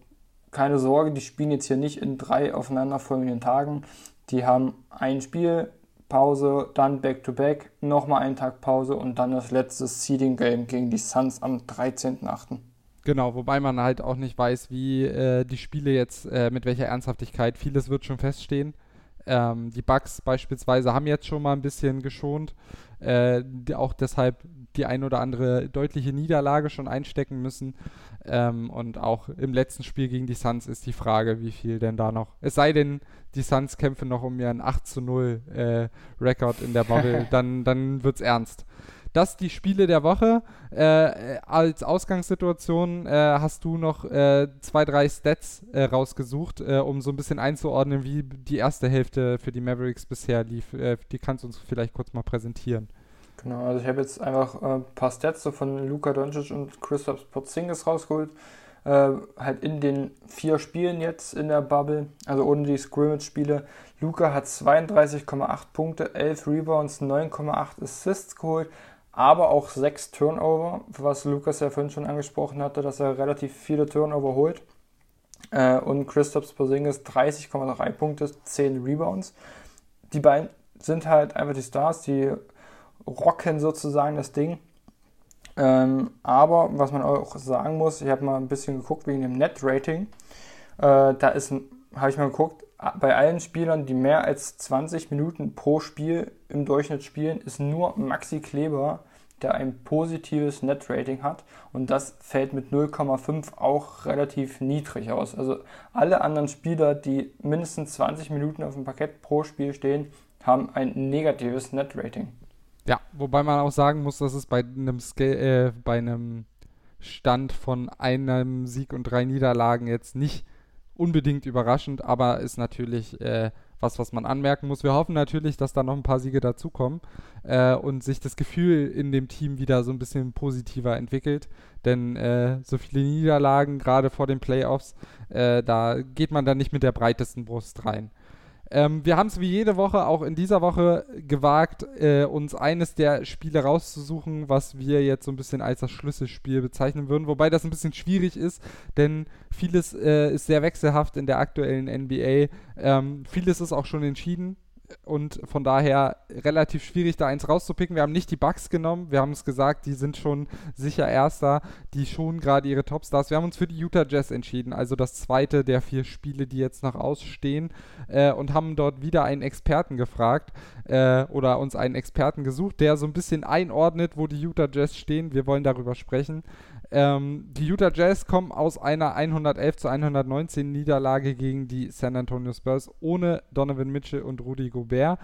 keine Sorge, die spielen jetzt hier nicht in 3 aufeinanderfolgenden Tagen. Die haben ein Spiel, Pause, dann Back-to-Back, nochmal einen Tag Pause und dann das letzte Seeding-Game gegen die Suns am 13.8. Genau, wobei man halt auch nicht weiß, wie die Spiele jetzt, mit welcher Ernsthaftigkeit, vieles wird schon feststehen. Die Bucks beispielsweise haben jetzt schon mal ein bisschen geschont, auch deshalb die ein oder andere deutliche Niederlage schon einstecken müssen. Und auch im letzten Spiel gegen die Suns ist die Frage, wie viel denn da noch, es sei denn, die Suns kämpfen noch um ihren 8-0 Rekord in der Bubble, dann wird's ernst. Das die Spiele der Woche. Als Ausgangssituation hast du noch 2-3 Stats rausgesucht, um so ein bisschen einzuordnen, wie die erste Hälfte für die Mavericks bisher lief. Die kannst du uns vielleicht kurz mal präsentieren. Genau, also ich habe jetzt einfach ein paar Stats so von Luka Doncic und Kristaps Porzingis rausgeholt. Halt in den 4 Spielen jetzt in der Bubble, also ohne die Scrimmage-Spiele. Luka hat 32,8 Punkte, 11 Rebounds, 9,8 Assists geholt, aber auch 6 Turnover, was Lukas ja vorhin schon angesprochen hatte, dass er relativ viele Turnover holt. Und Kristaps Porzingis 30,3 Punkte, 10 Rebounds. Die beiden sind halt einfach die Stars, die rocken sozusagen das Ding. Aber was man auch sagen muss, ich habe mal ein bisschen geguckt wegen dem Net-Rating. Habe ich mal geguckt, bei allen Spielern, die mehr als 20 Minuten pro Spiel im Durchschnitt spielen, ist nur Maxi Kleber, der ein positives Net-Rating hat. Und das fällt mit 0,5 auch relativ niedrig aus. Also alle anderen Spieler, die mindestens 20 Minuten auf dem Parkett pro Spiel stehen, haben ein negatives Net-Rating. Ja, wobei man auch sagen muss, dass es bei einem Stand von einem Sieg und 3 Niederlagen jetzt nicht unbedingt überraschend, aber ist natürlich was man anmerken muss. Wir hoffen natürlich, dass da noch ein paar Siege dazukommen und sich das Gefühl in dem Team wieder so ein bisschen positiver entwickelt, denn so viele Niederlagen, gerade vor den Playoffs, da geht man dann nicht mit der breitesten Brust rein. Wir haben es wie jede Woche auch in dieser Woche gewagt, uns eines der Spiele rauszusuchen, was wir jetzt so ein bisschen als das Schlüsselspiel bezeichnen würden, wobei das ein bisschen schwierig ist, denn vieles ist sehr wechselhaft in der aktuellen NBA. Vieles ist auch schon entschieden und von daher relativ schwierig, da eins rauszupicken. Wir haben nicht die Bucks genommen, wir haben es gesagt, die sind schon sicher Erster, die schonen gerade ihre Topstars. Wir haben uns für die Utah Jazz entschieden, also das zweite der 4 Spiele, die jetzt noch ausstehen, und haben dort wieder einen Experten gefragt oder uns einen Experten gesucht, der so ein bisschen einordnet, wo die Utah Jazz stehen. Wir wollen darüber sprechen. Die Utah Jazz kommen aus einer 111-119 Niederlage gegen die San Antonio Spurs ohne Donovan Mitchell und Rudy Gobert.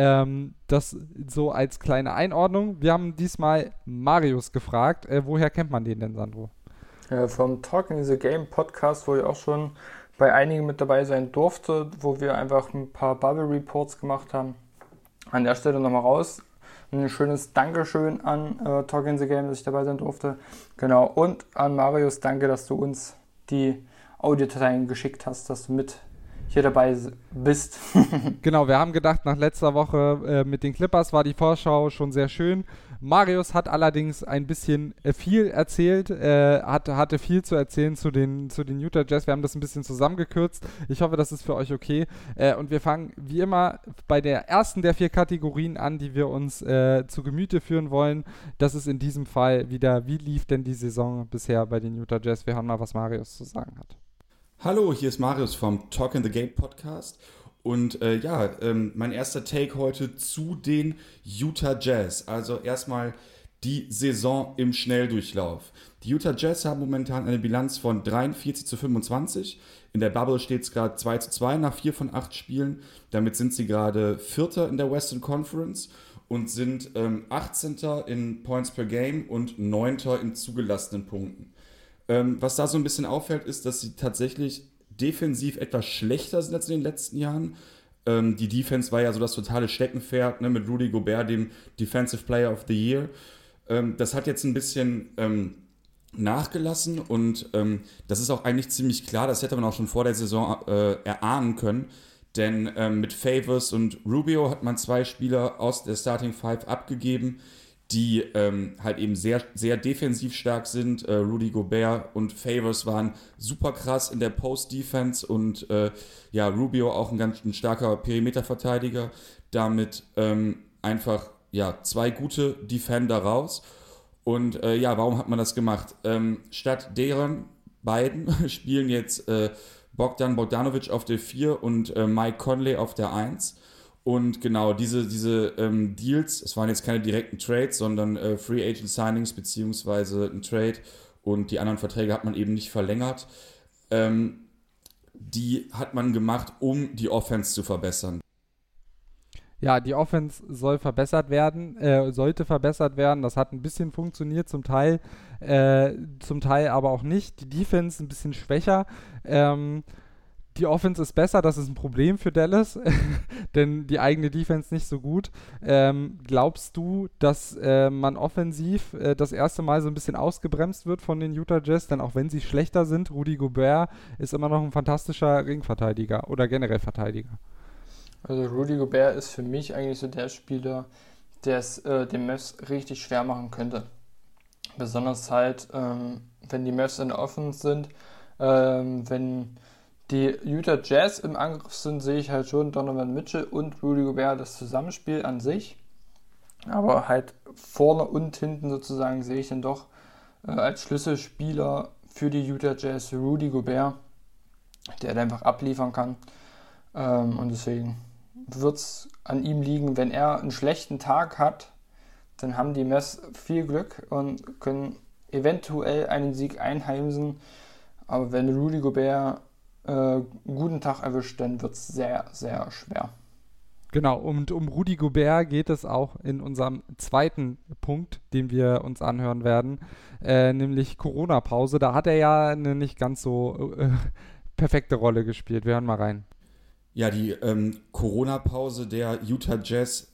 Das so als kleine Einordnung. Wir haben diesmal Marius gefragt. Woher kennt man den denn, Sandro? Vom Talking the Game Podcast, wo ich auch schon bei einigen mit dabei sein durfte, wo wir einfach ein paar Bubble Reports gemacht haben. An der Stelle nochmal raus. Ein schönes Dankeschön an Talking the Game, dass ich dabei sein durfte. Genau, und an Marius, danke, dass du uns die Audiodateien geschickt hast, dass du mit hier dabei bist. Genau, wir haben gedacht, nach letzter Woche mit den Clippers war die Vorschau schon sehr schön. Marius hat allerdings ein bisschen viel erzählt, hatte viel zu erzählen zu den Utah Jazz. Wir haben das ein bisschen zusammengekürzt. Ich hoffe, das ist für euch okay. Und wir fangen wie immer bei der ersten der 4 Kategorien an, die wir uns zu Gemüte führen wollen. Das ist in diesem Fall wieder, wie lief denn die Saison bisher bei den Utah Jazz? Wir hören mal, was Marius zu sagen hat. Hallo, hier ist Marius vom Talk in the Game Podcast und mein erster Take heute zu den Utah Jazz. Also erstmal die Saison im Schnelldurchlauf. Die Utah Jazz haben momentan eine Bilanz von 43-25. In der Bubble steht es gerade 2-2 nach 4 von 8 Spielen. Damit sind sie gerade Vierter in der Western Conference und sind 18. in Points per Game und 9. in zugelassenen Punkten. Was da so ein bisschen auffällt, ist, dass sie tatsächlich defensiv etwas schlechter sind als in den letzten Jahren. Die Defense war ja so das totale Steckenpferd, ne, mit Rudy Gobert, dem Defensive Player of the Year. Das hat jetzt ein bisschen nachgelassen und das ist auch eigentlich ziemlich klar. Das hätte man auch schon vor der Saison erahnen können. Denn mit Favors und Rubio hat man 2 Spieler aus der Starting Five abgegeben, die halt eben sehr, sehr defensiv stark sind. Rudy Gobert und Favors waren super krass in der Post-Defense und Rubio auch ein starker Perimeterverteidiger. Damit einfach 2 gute Defender raus. Und warum hat man das gemacht? Statt deren beiden spielen jetzt Bogdan Bogdanovic auf der 4 und Mike Conley auf der 1. Und genau, diese Deals, es waren jetzt keine direkten Trades, sondern Free Agent Signings beziehungsweise ein Trade und die anderen Verträge hat man eben nicht verlängert. Die hat man gemacht, um die Offense zu verbessern. Ja, die Offense sollte verbessert werden. Das hat ein bisschen funktioniert, zum Teil aber auch nicht. Die Defense ein bisschen schwächer. Die Offense ist besser, das ist ein Problem für Dallas, denn die eigene Defense nicht so gut. Glaubst du, dass man offensiv das erste Mal so ein bisschen ausgebremst wird von den Utah Jazz? Denn auch wenn sie schlechter sind, Rudy Gobert ist immer noch ein fantastischer Ringverteidiger oder generell Verteidiger. Also Rudy Gobert ist für mich eigentlich so der Spieler, der es den Mavs richtig schwer machen könnte. Besonders halt, wenn die Mavs in der Offense sind, wenn die Utah Jazz im Angriff sind, sehe ich halt schon Donovan Mitchell und Rudy Gobert das Zusammenspiel an sich. Aber halt vorne und hinten sozusagen sehe ich dann doch als Schlüsselspieler für die Utah Jazz Rudy Gobert, der halt einfach abliefern kann. Und deswegen wird es an ihm liegen, wenn er einen schlechten Tag hat, dann haben die Mavs viel Glück und können eventuell einen Sieg einheimsen. Aber wenn Rudy Gobert einen guten Tag erwischt, dann wird es sehr, sehr schwer. Genau, und um Rudy Gobert geht es auch in unserem zweiten Punkt, den wir uns anhören werden, nämlich Corona-Pause. Da hat er ja eine nicht ganz so perfekte Rolle gespielt. Wir hören mal rein. Ja, die Corona-Pause der Utah Jazz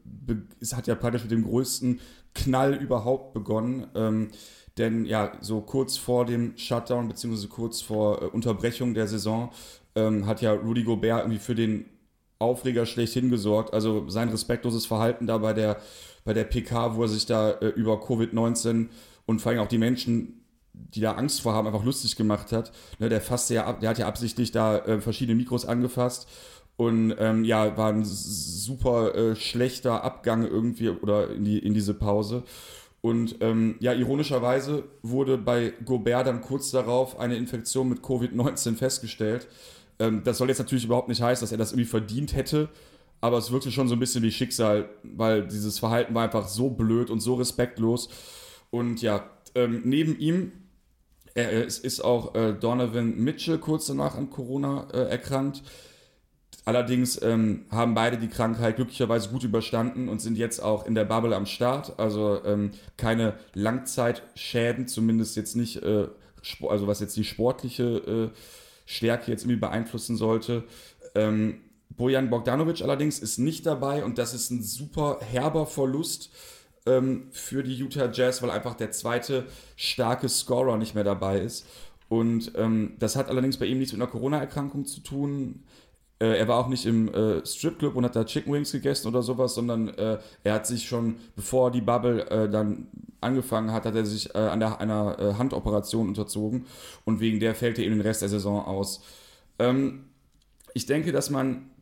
hat ja praktisch mit dem größten Knall überhaupt begonnen. Denn ja, so kurz vor dem Shutdown beziehungsweise kurz vor Unterbrechung der Saison hat ja Rudy Gobert irgendwie für den Aufreger schlechthin gesorgt. Also sein respektloses Verhalten da bei der PK, wo er sich da über Covid-19 und vor allem auch die Menschen, die da Angst vor haben, einfach lustig gemacht hat. Ne, der hat ja absichtlich da verschiedene Mikros angefasst und war ein super schlechter Abgang irgendwie oder in diese Pause. Und ironischerweise wurde bei Gobert dann kurz darauf eine Infektion mit Covid-19 festgestellt. Das soll jetzt natürlich überhaupt nicht heißen, dass er das irgendwie verdient hätte, aber es wirkte schon so ein bisschen wie Schicksal, weil dieses Verhalten war einfach so blöd und so respektlos. Und neben ihm es ist auch Donovan Mitchell kurz danach an Corona erkrankt. Allerdings haben beide die Krankheit glücklicherweise gut überstanden und sind jetzt auch in der Bubble am Start. Also keine Langzeitschäden, zumindest jetzt nicht, also was jetzt die sportliche Stärke jetzt irgendwie beeinflussen sollte. Bojan Bogdanovic allerdings ist nicht dabei und das ist ein super herber Verlust für die Utah Jazz, weil einfach der zweite starke Scorer nicht mehr dabei ist. Und das hat allerdings bei ihm nichts mit einer Corona-Erkrankung zu tun. Er war auch nicht im Stripclub und hat da Chicken Wings gegessen oder sowas, sondern er hat sich schon, bevor die Bubble dann angefangen hat er sich einer Handoperation unterzogen und wegen der fällt er eben den Rest der Saison aus. Ich denke, das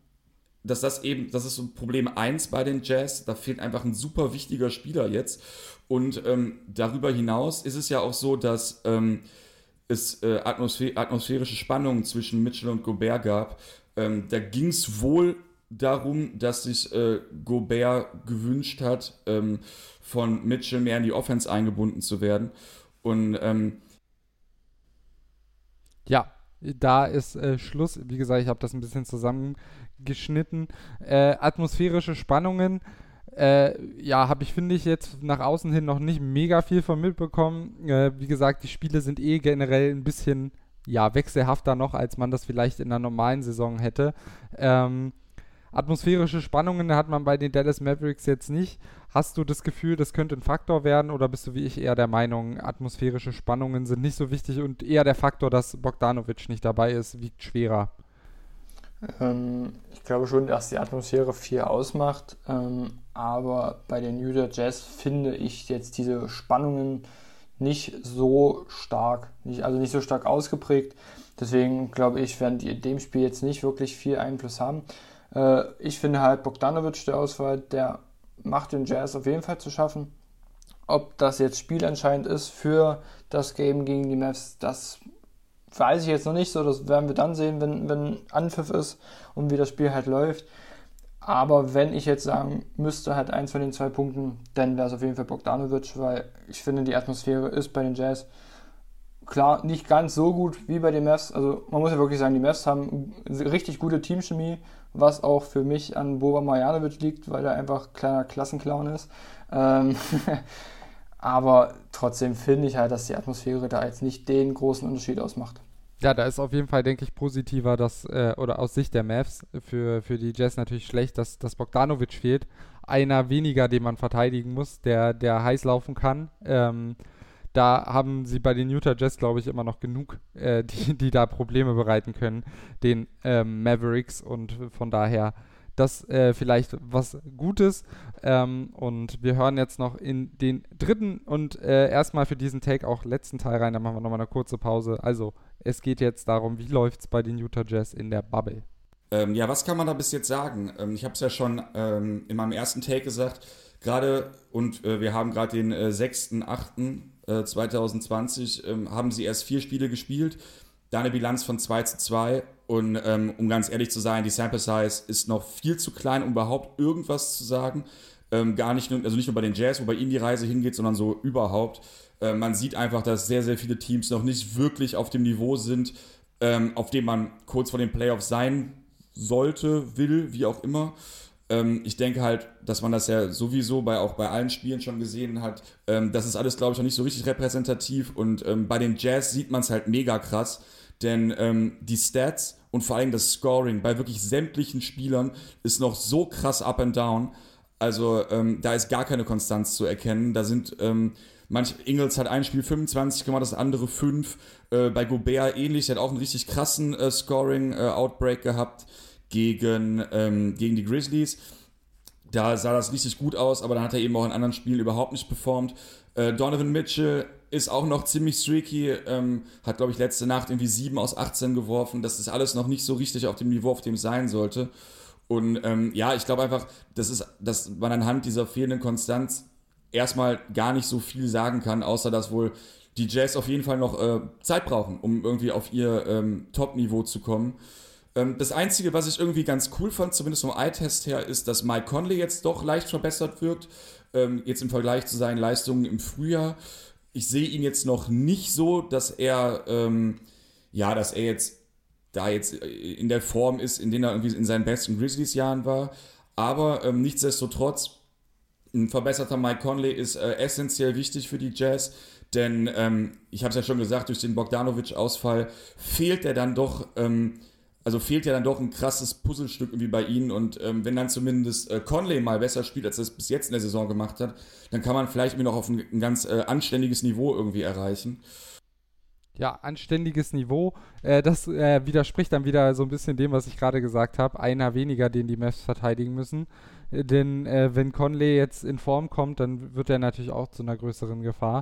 ist so Problem 1 bei den Jazz, da fehlt einfach ein super wichtiger Spieler jetzt und darüber hinaus ist es ja auch so, dass es atmosphärische Spannungen zwischen Mitchell und Gobert gab. Da ging es wohl darum, dass sich Gobert gewünscht hat, von Mitchell mehr in die Offense eingebunden zu werden. Und da ist Schluss. Wie gesagt, ich habe das ein bisschen zusammengeschnitten. Atmosphärische Spannungen, habe ich, finde ich, jetzt nach außen hin noch nicht mega viel von mitbekommen. Wie gesagt, die Spiele sind generell ein bisschen wechselhafter noch, als man das vielleicht in einer normalen Saison hätte. Atmosphärische Spannungen hat man bei den Dallas Mavericks jetzt nicht. Hast du das Gefühl, das könnte ein Faktor werden oder bist du wie ich eher der Meinung, atmosphärische Spannungen sind nicht so wichtig und eher der Faktor, dass Bogdanovic nicht dabei ist, wiegt schwerer? Ich glaube schon, dass die Atmosphäre viel ausmacht, aber bei den Utah Jazz finde ich jetzt diese Spannungen nicht so stark, nicht so stark ausgeprägt. Deswegen glaube ich, werden die in dem Spiel jetzt nicht wirklich viel Einfluss haben. Ich finde halt Bogdanovic, der Ausfall, der macht den Jazz auf jeden Fall zu schaffen. Ob das jetzt spielentscheidend ist für das Game gegen die Mavs, das weiß ich jetzt noch nicht so. Das werden wir dann sehen, wenn Anpfiff ist und wie das Spiel halt läuft. Aber wenn ich jetzt sagen müsste, halt eins von den 2 Punkten, dann wäre es auf jeden Fall Bogdanovic, weil ich finde, die Atmosphäre ist bei den Jazz klar nicht ganz so gut wie bei den Mavs. Also man muss ja wirklich sagen, die Mavs haben richtig gute Teamchemie, was auch für mich an Boban Marjanovic liegt, weil er einfach kleiner Klassenclown ist. Aber trotzdem finde ich halt, dass die Atmosphäre da jetzt nicht den großen Unterschied ausmacht. Ja, da ist auf jeden Fall, denke ich, positiver, dass, oder aus Sicht der Mavs, für die Jazz natürlich schlecht, dass Bogdanovic fehlt. Einer weniger, den man verteidigen muss, der heiß laufen kann. Da haben sie bei den Utah Jazz, glaube ich, immer noch genug, die da Probleme bereiten können, den Mavericks. Und von daher das vielleicht was Gutes. Und wir hören jetzt noch in den dritten und erstmal für diesen Take auch letzten Teil rein. Dann machen wir nochmal eine kurze Pause. Also es geht jetzt darum, wie läuft es bei den Utah Jazz in der Bubble? Ja, was kann man da bis jetzt sagen? Ich habe es ja schon in meinem ersten Take gesagt, gerade, und wir haben gerade den 6.8.2020, haben sie erst 4 Spiele gespielt, da eine Bilanz von 2:2 und um ganz ehrlich zu sein, die Sample Size ist noch viel zu klein, um überhaupt irgendwas zu sagen. Gar nicht nur, also nicht nur bei den Jazz, wo bei ihnen die Reise hingeht, sondern so überhaupt. Man sieht einfach, dass sehr, sehr viele Teams noch nicht wirklich auf dem Niveau sind, auf dem man kurz vor den Playoffs sein sollte, will, wie auch immer. Ich denke halt, dass man das ja sowieso auch bei allen Spielen schon gesehen hat. Das ist alles, glaube ich, noch nicht so richtig repräsentativ. Und bei den Jazz sieht man es halt mega krass. Denn die Stats und vor allem das Scoring bei wirklich sämtlichen Spielern ist noch so krass up and down. Also da ist gar keine Konstanz zu erkennen. Da sind Ingles hat ein Spiel 25 gemacht, das andere 5. Bei Gobert ähnlich, der hat auch einen richtig krassen Scoring-Outbreak gehabt gegen die Grizzlies. Da sah das richtig gut aus, aber dann hat er eben auch in anderen Spielen überhaupt nicht performt. Donovan Mitchell ist auch noch ziemlich streaky, hat, glaube ich, letzte Nacht irgendwie 7 aus 18 geworfen. Das ist alles noch nicht so richtig auf dem Niveau, auf dem es sein sollte. Und ja, ich glaube einfach, dass man anhand dieser fehlenden Konstanz erstmal gar nicht so viel sagen kann, außer dass wohl die Jazz auf jeden Fall noch Zeit brauchen, um irgendwie auf ihr Top-Niveau zu kommen. Das Einzige, was ich irgendwie ganz cool fand, zumindest vom Eye-Test her, ist, dass Mike Conley jetzt doch leicht verbessert wirkt, jetzt im Vergleich zu seinen Leistungen im Frühjahr. Ich sehe ihn jetzt noch nicht so, dass er jetzt in der Form ist, in der er irgendwie in seinen besten Grizzlies-Jahren war. Aber nichtsdestotrotz, ein verbesserter Mike Conley ist essentiell wichtig für die Jazz, denn ich habe es ja schon gesagt, durch den Bogdanovic-Ausfall fehlt ja dann doch ein krasses Puzzlestück irgendwie bei ihnen. Und wenn dann zumindest Conley mal besser spielt, als er es bis jetzt in der Saison gemacht hat, dann kann man vielleicht irgendwie noch auf ein ganz anständiges Niveau irgendwie erreichen. Ja, anständiges Niveau, das widerspricht dann wieder so ein bisschen dem, was ich gerade gesagt habe. Einer weniger, den die Mavs verteidigen müssen. Denn wenn Conley jetzt in Form kommt, dann wird er natürlich auch zu einer größeren Gefahr.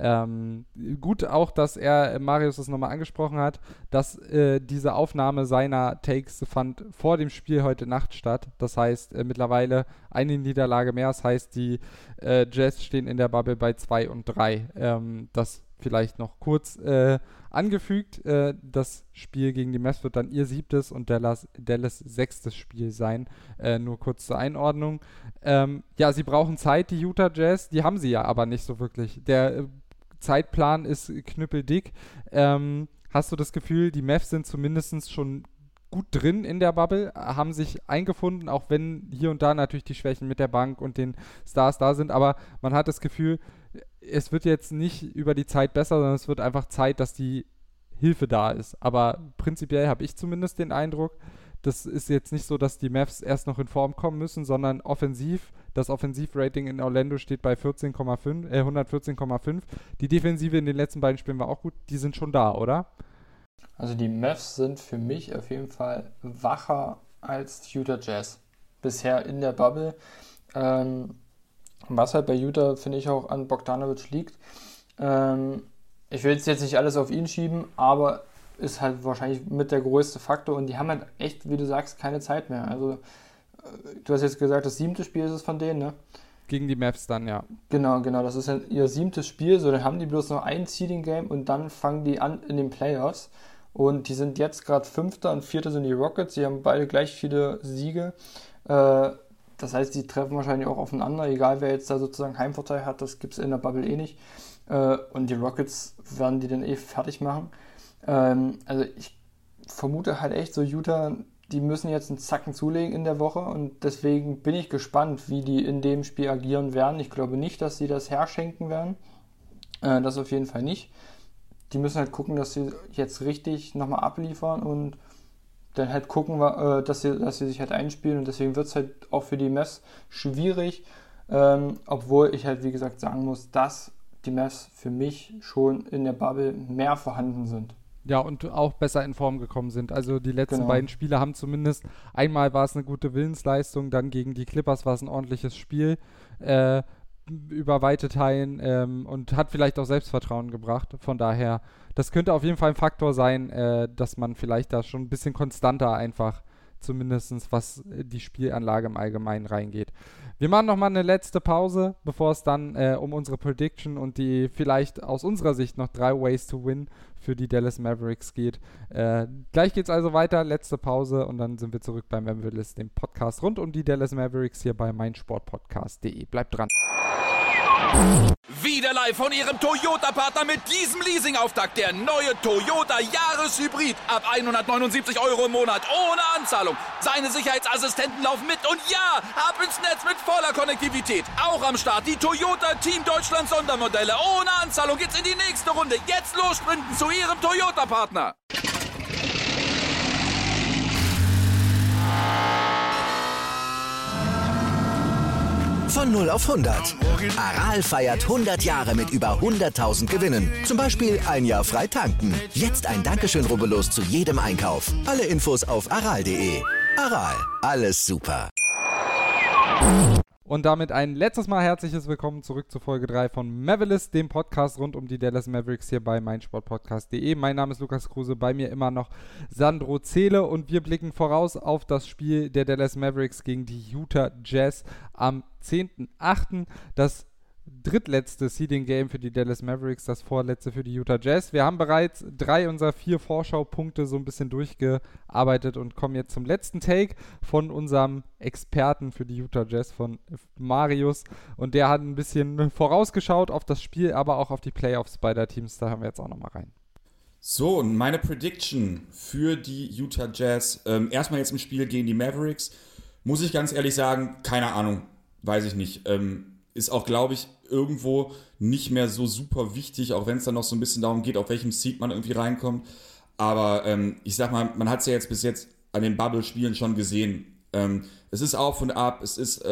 Gut auch, dass Marius das nochmal angesprochen hat, dass diese Aufnahme seiner Takes fand vor dem Spiel heute Nacht statt. Das heißt, mittlerweile eine Niederlage mehr. Das heißt, die Jazz stehen in der Bubble bei 2-3. Das vielleicht noch kurz angefügt. Das Spiel gegen die Mavs wird dann ihr 7. und Dallas 6. Spiel sein. Nur kurz zur Einordnung. Ja, sie brauchen Zeit, die Utah Jazz. Die haben sie ja aber nicht so wirklich. Der Zeitplan ist knüppeldick. Hast du das Gefühl, die Mavs sind zumindest schon gut drin in der Bubble, haben sich eingefunden, auch wenn hier und da natürlich die Schwächen mit der Bank und den Stars da sind, aber man hat das Gefühl, es wird jetzt nicht über die Zeit besser, sondern es wird einfach Zeit, dass die Hilfe da ist. Aber prinzipiell habe ich zumindest den Eindruck, das ist jetzt nicht so, dass die Mavs erst noch in Form kommen müssen, sondern offensiv, das Offensivrating in Orlando steht bei 114,5. Die Defensive in den letzten beiden Spielen war auch gut, die sind schon da, oder? Also die Mavs sind für mich auf jeden Fall wacher als die Utah Jazz bisher in der Bubble. Was halt bei Utah, finde ich, auch an Bogdanovic liegt. Ich will jetzt nicht alles auf ihn schieben, aber ist halt wahrscheinlich mit der größte Faktor und die haben halt echt, wie du sagst, keine Zeit mehr. Also du hast jetzt gesagt, das 7. Spiel ist es von denen, ne? Gegen die Mavs dann, ja. Genau, das ist ja ihr 7. Spiel, so dann haben die bloß noch ein Seeding-Game und dann fangen die an in den Playoffs und die sind jetzt gerade 5. und 4. sind die Rockets, die haben beide gleich viele Siege. Das heißt, die treffen wahrscheinlich auch aufeinander, egal wer jetzt da sozusagen Heimvorteil hat, das gibt es in der Bubble eh nicht. Und die Rockets werden die dann fertig machen. Also ich vermute halt echt so Utah, die müssen jetzt einen Zacken zulegen in der Woche und deswegen bin ich gespannt, wie die in dem Spiel agieren werden. Ich glaube nicht, dass sie das herschenken werden. Das auf jeden Fall nicht. Die müssen halt gucken, dass sie jetzt richtig nochmal abliefern und dann halt gucken, dass sie sich halt einspielen und deswegen wird es halt auch für die Mavs schwierig, obwohl ich halt wie gesagt sagen muss, dass die Mavs für mich schon in der Bubble mehr vorhanden sind. Ja, und auch besser in Form gekommen sind. Also die letzten beiden Spiele haben zumindest, einmal war es eine gute Willensleistung, dann gegen die Clippers war es ein ordentliches Spiel über weite Teilen und hat vielleicht auch Selbstvertrauen gebracht. Von daher, das könnte auf jeden Fall ein Faktor sein, dass man vielleicht da schon ein bisschen konstanter einfach zumindest was die Spielanlage im Allgemeinen reingeht. Wir machen nochmal eine letzte Pause, bevor es dann um unsere Prediction und die vielleicht aus unserer Sicht noch 3 Ways to Win für die Dallas Mavericks geht. Gleich geht's also weiter, letzte Pause und dann sind wir zurück beim Mavericks, dem Podcast rund um die Dallas Mavericks hier bei meinsportpodcast.de. Bleibt dran. Wieder live von Ihrem Toyota-Partner mit diesem Leasing-Auftakt. Der neue Toyota Jahreshybrid. Ab 179 € im Monat. Ohne Anzahlung. Seine Sicherheitsassistenten laufen mit. Und ja, ab ins Netz mit voller Konnektivität. Auch am Start die Toyota Team Deutschland Sondermodelle. Ohne Anzahlung geht's in die nächste Runde. Jetzt los sprinten zu Ihrem Toyota-Partner. Von 0 auf 100. Aral feiert 100 Jahre mit über 100.000 Gewinnen. Zum Beispiel ein Jahr frei tanken. Jetzt ein Dankeschön, rubbellos zu jedem Einkauf. Alle Infos auf aral.de. Aral, alles super. Und damit ein letztes Mal herzliches Willkommen zurück zu Folge 3 von Mavericks, dem Podcast rund um die Dallas Mavericks hier bei meinsportpodcast.de. Mein Name ist Lukas Kruse, bei mir immer noch Sandro Zehle und wir blicken voraus auf das Spiel der Dallas Mavericks gegen die Utah Jazz am 10.8. Das drittletzte Seeding-Game für die Dallas Mavericks, das vorletzte für die Utah Jazz. Wir haben bereits 3 unserer 4 Vorschaupunkte so ein bisschen durchgearbeitet und kommen jetzt zum letzten Take von unserem Experten für die Utah Jazz, von Marius. Und der hat ein bisschen vorausgeschaut auf das Spiel, aber auch auf die Playoffs beider Teams. Da hören wir jetzt auch nochmal rein. So, und meine Prediction für die Utah Jazz, erstmal jetzt im Spiel gegen die Mavericks, muss ich ganz ehrlich sagen, keine Ahnung, weiß ich nicht. Ist auch, glaube ich, irgendwo nicht mehr so super wichtig, auch wenn es dann noch so ein bisschen darum geht, auf welchem Seed man irgendwie reinkommt. Aber ich sag mal, man hat es ja jetzt bis jetzt an den Bubble-Spielen schon gesehen. Es ist auf und ab, es ist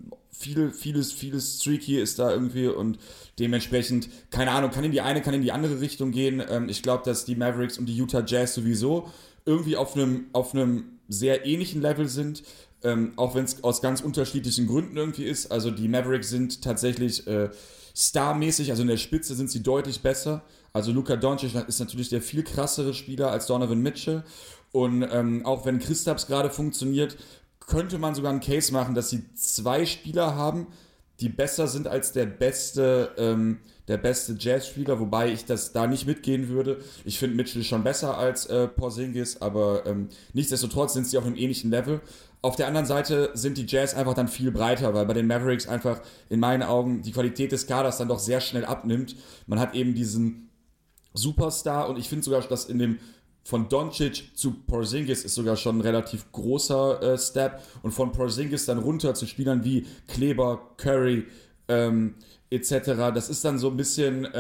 vieles streaky ist da irgendwie und dementsprechend, keine Ahnung, kann in die eine, kann in die andere Richtung gehen. Ich glaube, dass die Mavericks und die Utah Jazz sowieso irgendwie auf einem sehr ähnlichen Level sind. Auch wenn es aus ganz unterschiedlichen Gründen irgendwie ist. Also die Mavericks sind tatsächlich starmäßig, also in der Spitze sind sie deutlich besser. Also Luka Doncic ist natürlich der viel krassere Spieler als Donovan Mitchell. Und auch wenn Kristaps gerade funktioniert, könnte man sogar einen Case machen, dass sie 2 Spieler haben, die besser sind als der beste Jazz-Spieler, wobei ich das da nicht mitgehen würde. Ich finde Mitchell schon besser als Porzingis, aber nichtsdestotrotz sind sie auf einem ähnlichen Level. Auf der anderen Seite sind die Jazz einfach dann viel breiter, weil bei den Mavericks einfach in meinen Augen die Qualität des Kaders dann doch sehr schnell abnimmt. Man hat eben diesen Superstar und ich finde sogar, dass in dem von Doncic zu Porzingis ist sogar schon ein relativ großer Step und von Porzingis dann runter zu Spielern wie Kleber, Curry etc. Das ist dann so ein bisschen,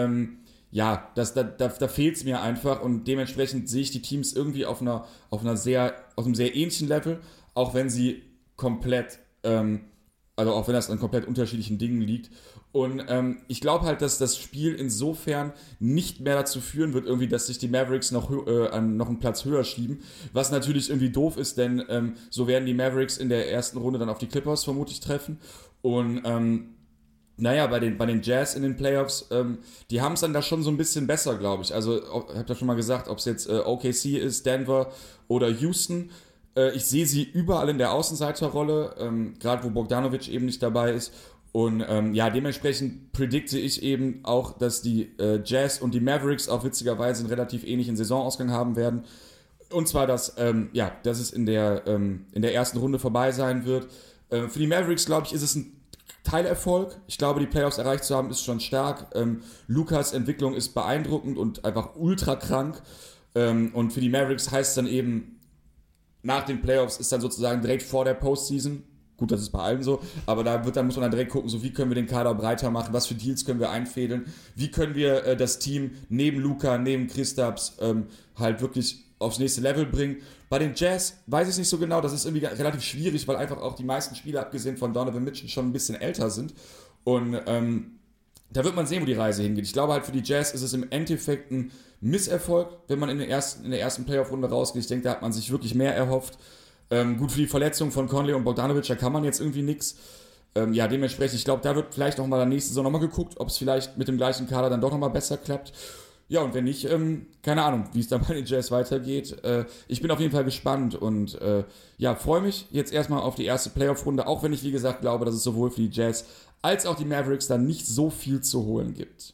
da fehlt es mir einfach und dementsprechend sehe ich die Teams irgendwie auf einem sehr ähnlichen Level, auch wenn sie komplett, auch wenn das an komplett unterschiedlichen Dingen liegt. Und ich glaube halt, dass das Spiel insofern nicht mehr dazu führen wird, irgendwie, dass sich die Mavericks noch einen Platz höher schieben, was natürlich irgendwie doof ist, denn so werden die Mavericks in der ersten Runde dann auf die Clippers vermutlich treffen Und bei den Jazz in den Playoffs, die haben es dann da schon so ein bisschen besser, glaube ich. Also, ich habe ja schon mal gesagt, ob es jetzt OKC ist, Denver oder Houston. Ich sehe sie überall in der Außenseiterrolle, gerade wo Bogdanovic eben nicht dabei ist. Und dementsprechend predikte ich eben auch, dass die Jazz und die Mavericks auch witzigerweise einen relativ ähnlichen Saisonausgang haben werden. Und zwar, dass es in der ersten Runde vorbei sein wird. Für die Mavericks, glaube ich, ist es ein Teilerfolg. Ich glaube, die Playoffs erreicht zu haben, ist schon stark. Lukas Entwicklung ist beeindruckend und einfach ultra krank. Und für die Mavericks heißt es dann eben, nach den Playoffs ist dann sozusagen direkt vor der Postseason. Gut, das ist bei allen so, aber da muss man dann direkt gucken, so wie können wir den Kader breiter machen, was für Deals können wir einfädeln, wie können wir das Team neben Luka, neben Kristaps halt wirklich aufs nächste Level bringen. Bei den Jazz weiß ich es nicht so genau, das ist irgendwie relativ schwierig, weil einfach auch die meisten Spieler, abgesehen von Donovan Mitchell, schon ein bisschen älter sind. Und da wird man sehen, wo die Reise hingeht. Ich glaube halt, für die Jazz ist es im Endeffekt ein Misserfolg, wenn man in der ersten Playoff-Runde rausgeht. Ich denke, da hat man sich wirklich mehr erhofft. Gut, für die Verletzung von Conley und Bogdanovic, da kann man jetzt irgendwie nichts. Dementsprechend, ich glaube, da wird vielleicht nochmal nächste Saison nochmal geguckt, ob es vielleicht mit dem gleichen Kader dann doch nochmal besser klappt. Ja, und wenn nicht, keine Ahnung, wie es dann bei den Jazz weitergeht. Ich bin auf jeden Fall gespannt und freue mich jetzt erstmal auf die erste Playoff-Runde, auch wenn ich, wie gesagt, glaube, dass es sowohl für die Jazz als auch die Mavericks dann nicht so viel zu holen gibt.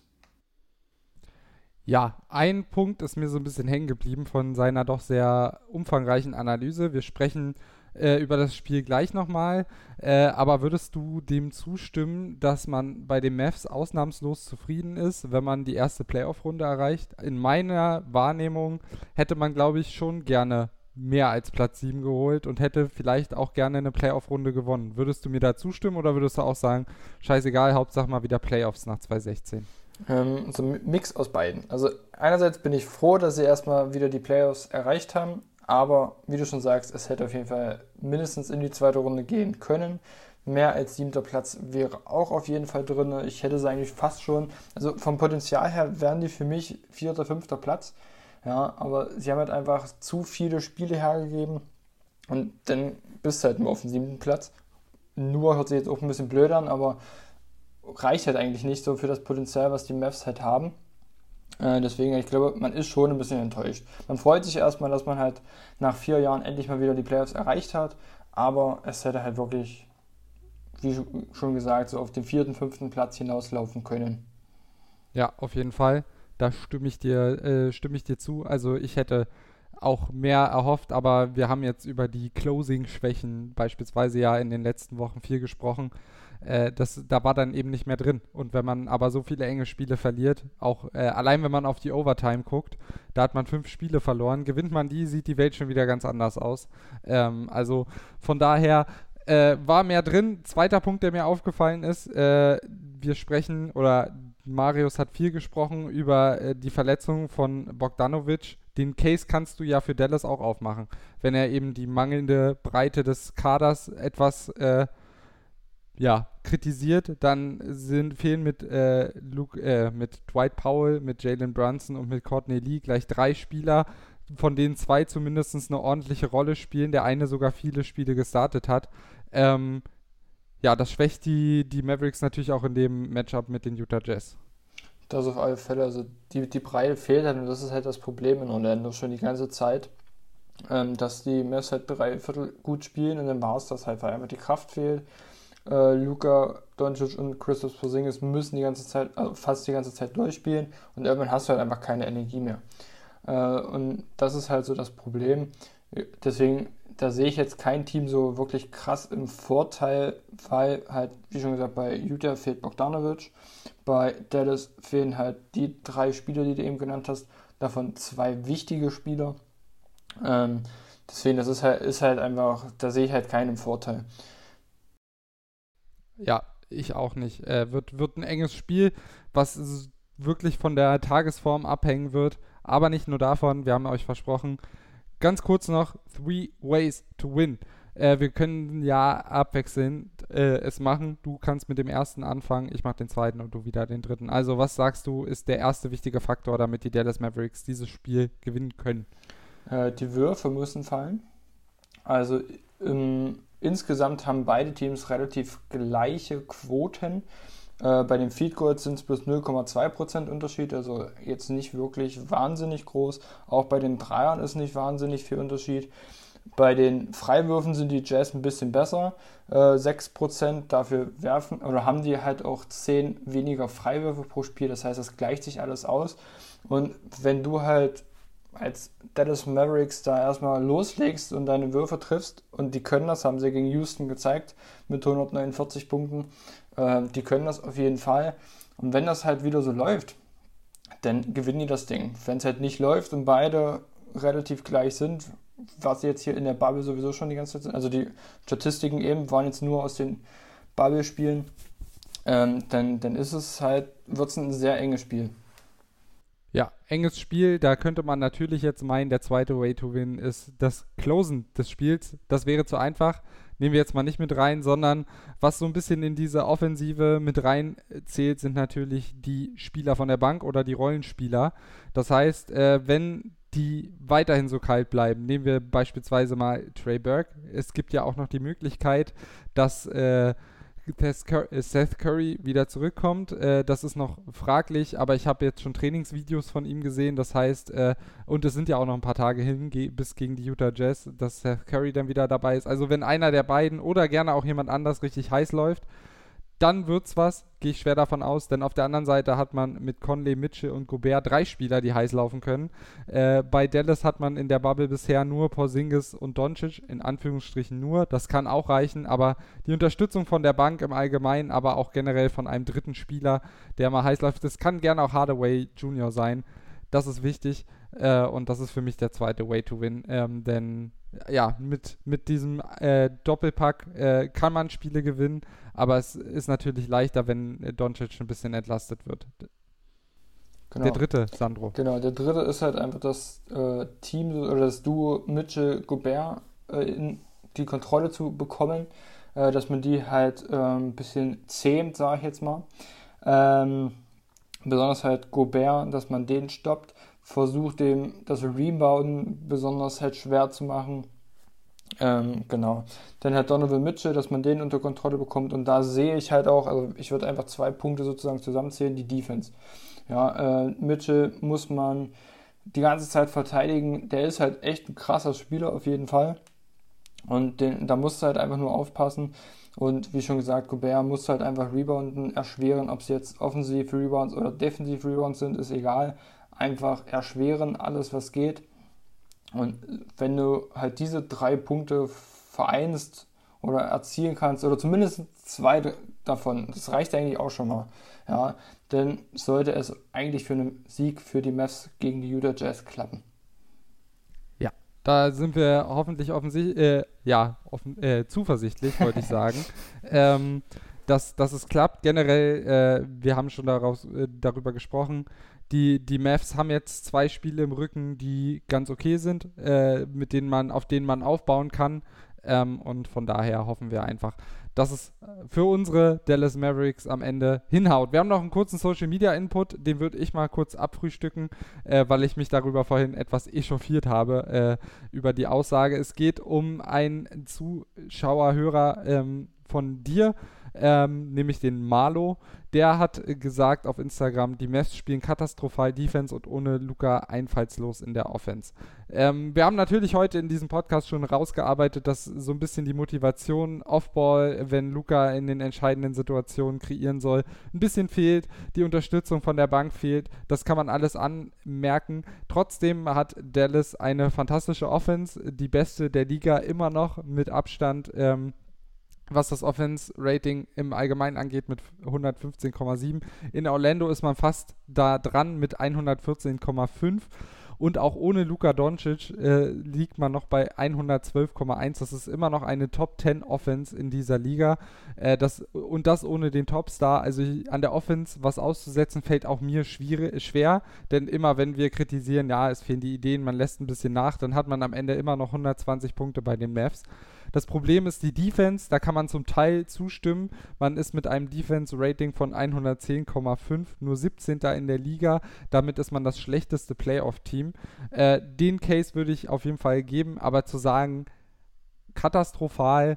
Ja, ein Punkt ist mir so ein bisschen hängen geblieben von seiner doch sehr umfangreichen Analyse. Wir sprechen über das Spiel gleich nochmal, aber würdest du dem zustimmen, dass man bei den Mavs ausnahmslos zufrieden ist, wenn man die erste Playoff-Runde erreicht? In meiner Wahrnehmung hätte man, glaube ich, schon gerne mehr als Platz 7 geholt und hätte vielleicht auch gerne eine Playoff-Runde gewonnen. Würdest du mir da zustimmen oder würdest du auch sagen, scheißegal, Hauptsache mal wieder Playoffs nach 2016? So ein Mix aus beiden. Also einerseits bin ich froh, dass sie erstmal wieder die Playoffs erreicht haben, aber wie du schon sagst, es hätte auf jeden Fall mindestens in die zweite Runde gehen können. Mehr als 7. Platz wäre auch auf jeden Fall drin. Ich hätte sie eigentlich fast schon, also vom Potenzial her wären die für mich 4., 5. Platz. Ja, aber sie haben halt einfach zu viele Spiele hergegeben und dann bist du halt nur auf dem 7. Platz. Nur hört sich jetzt auch ein bisschen blöd an, aber reicht halt eigentlich nicht so für das Potenzial, was die Mavs halt haben. Deswegen, ich glaube, man ist schon ein bisschen enttäuscht. Man freut sich erstmal, dass man halt nach 4 Jahren endlich mal wieder die Playoffs erreicht hat, aber es hätte halt wirklich, wie schon gesagt, so auf den 4., 5. Platz hinauslaufen können. Ja, auf jeden Fall. Da stimme ich dir zu. Also ich hätte auch mehr erhofft, aber wir haben jetzt über die Closing-Schwächen beispielsweise ja in den letzten Wochen viel gesprochen. Da war dann eben nicht mehr drin. Und wenn man aber so viele enge Spiele verliert, auch allein wenn man auf die Overtime guckt, da hat man 5 Spiele verloren, gewinnt man die, sieht die Welt schon wieder ganz anders aus. Also von daher war mehr drin. Zweiter Punkt, der mir aufgefallen ist, Marius hat viel gesprochen über die Verletzung von Bogdanovic. Den Case kannst du ja für Dallas auch aufmachen, wenn er eben die mangelnde Breite des Kaders etwas kritisiert, dann fehlen mit Dwight Powell, mit Jalen Brunson und mit Courtney Lee gleich 3 Spieler, von denen 2 zumindest eine ordentliche Rolle spielen, der eine sogar viele Spiele gestartet hat. Das schwächt die Mavericks natürlich auch in dem Matchup mit den Utah Jazz. Das auf alle Fälle, also die Breite fehlt halt und das ist halt das Problem in Orlando schon die ganze Zeit, dass die Mavs halt 3/4 gut spielen und dann war es das halt, weil einfach die Kraft fehlt. Luka Doncic und Kristaps Porzingis müssen fast die ganze Zeit durchspielen und irgendwann hast du halt einfach keine Energie mehr. Und das ist halt so das Problem. Deswegen, da sehe ich jetzt kein Team so wirklich krass im Vorteil, weil halt, wie schon gesagt, bei Utah fehlt Bogdanovic, bei Dallas fehlen halt die 3 Spieler, die du eben genannt hast, davon 2 wichtige Spieler. Deswegen, das ist halt einfach, da sehe ich halt keinen Vorteil. Ja, ich auch nicht. Wird ein enges Spiel, was wirklich von der Tagesform abhängen wird, aber nicht nur davon, wir haben euch versprochen. Ganz kurz noch, 3 ways to win. Wir können ja abwechselnd es machen. Du kannst mit dem ersten anfangen, ich mache den zweiten und du wieder den dritten. Also was sagst du, ist der erste wichtige Faktor, damit die Dallas Mavericks dieses Spiel gewinnen können? Die Würfe müssen fallen. Also im insgesamt haben beide Teams relativ gleiche Quoten. Bei den Field Goals sind es bloß 0,2% Unterschied, also jetzt nicht wirklich wahnsinnig groß. Auch bei den Dreiern ist nicht wahnsinnig viel Unterschied. Bei den Freiwürfen sind die Jazz ein bisschen besser, 6%. Dafür werfen oder haben die halt auch 10 weniger Freiwürfe pro Spiel. Das heißt, das gleicht sich alles aus. Und wenn du halt als Dallas Mavericks da erstmal loslegst und deine Würfe triffst, und die können das, haben sie gegen Houston gezeigt mit 149 Punkten, die können das auf jeden Fall. Und wenn das halt wieder so läuft, dann gewinnen die das Ding. Wenn es halt nicht läuft und beide relativ gleich sind, was jetzt hier in der Bubble sowieso schon die ganze Zeit sind, also die Statistiken eben waren jetzt nur aus den Bubble-Spielen, dann ist es halt, wird es ein sehr enges Spiel. Ja, enges Spiel, da könnte man natürlich jetzt meinen, der zweite Way to Win ist das Closen des Spiels. Das wäre zu einfach. Nehmen wir jetzt mal nicht mit rein, sondern was so ein bisschen in diese Offensive mit rein zählt, sind natürlich die Spieler von der Bank oder die Rollenspieler. Das heißt, wenn die weiterhin so kalt bleiben, nehmen wir beispielsweise mal Trey Burke. Es gibt ja auch noch die Möglichkeit, dass Seth Curry wieder zurückkommt. Das ist noch fraglich, aber ich habe jetzt schon Trainingsvideos von ihm gesehen. Das heißt, und es sind ja auch noch ein paar Tage hin, bis gegen die Utah Jazz, dass Seth Curry dann wieder dabei ist. Also wenn einer der beiden oder gerne auch jemand anders richtig heiß läuft, dann wird's was, gehe ich schwer davon aus, denn auf der anderen Seite hat man mit Conley, Mitchell und Gobert 3 Spieler, die heiß laufen können. Bei Dallas hat man in der Bubble bisher nur Porzingis und Doncic, in Anführungsstrichen nur, das kann auch reichen, aber die Unterstützung von der Bank im Allgemeinen, aber auch generell von einem dritten Spieler, der mal heiß läuft, das kann gerne auch Hardaway Jr. sein, das ist wichtig und das ist für mich der zweite Way to Win, denn ja, mit diesem Doppelpack kann man Spiele gewinnen, aber es ist natürlich leichter, wenn Doncic ein bisschen entlastet wird. Genau. Der dritte, Sandro. Genau, der dritte ist halt einfach das Team oder das Duo Mitchell-Gobert in die Kontrolle zu bekommen, dass man die halt ein bisschen zähmt, sage ich jetzt mal. Besonders halt Gobert, dass man den stoppt, versucht dem das Rebound besonders halt schwer zu machen. Genau. Dann halt Donovan Mitchell, dass man den unter Kontrolle bekommt, und da sehe ich halt auch, also ich würde einfach 2 Punkte sozusagen zusammenzählen, die Defense. Ja, Mitchell muss man die ganze Zeit verteidigen, der ist halt echt ein krasser Spieler auf jeden Fall, und da musst du halt einfach nur aufpassen, und wie schon gesagt, Gobert muss halt einfach Rebounden erschweren, ob es jetzt offensive Rebounds oder defensive Rebounds sind, ist egal, einfach erschweren, alles was geht. Und wenn du halt diese 3 Punkte vereinst oder erzielen kannst, oder zumindest 2 davon, das reicht eigentlich auch schon mal, ja, dann sollte es eigentlich für einen Sieg für die Mavs gegen die Utah Jazz klappen. Ja, da sind wir hoffentlich zuversichtlich, wollte ich sagen, dass es klappt. Generell, wir haben schon darüber gesprochen, die Mavs haben jetzt 2 Spiele im Rücken, die ganz okay sind, auf denen man aufbauen kann. Und von daher hoffen wir einfach, dass es für unsere Dallas Mavericks am Ende hinhaut. Wir haben noch einen kurzen Social-Media-Input, den würde ich mal kurz abfrühstücken, weil ich mich darüber vorhin etwas echauffiert habe, über die Aussage. Es geht um einen Zuschauer-Hörer von dir, nämlich den Marlo. Der hat gesagt auf Instagram, die Mavs spielen katastrophal Defense und ohne Luka einfallslos in der Offense. Wir haben natürlich heute in diesem Podcast schon rausgearbeitet, dass so ein bisschen die Motivation Offball, wenn Luka in den entscheidenden Situationen kreieren soll, ein bisschen fehlt, die Unterstützung von der Bank fehlt. Das kann man alles anmerken. Trotzdem hat Dallas eine fantastische Offense, die beste der Liga immer noch mit Abstand, was das Offense-Rating im Allgemeinen angeht, mit 115,7. In Orlando ist man fast da dran mit 114,5. Und auch ohne Luka Doncic liegt man noch bei 112,1. Das ist immer noch eine Top-10-Offense in dieser Liga. Das ohne den Topstar. Also an der Offense was auszusetzen, fällt auch mir schwer. Denn immer wenn wir kritisieren, ja, es fehlen die Ideen, man lässt ein bisschen nach, dann hat man am Ende immer noch 120 Punkte bei den Mavs. Das Problem ist die Defense, da kann man zum Teil zustimmen. Man ist mit einem Defense-Rating von 110,5, nur 17. in der Liga. Damit ist man das schlechteste Playoff-Team. Den Case würde ich auf jeden Fall geben, aber zu sagen, katastrophal,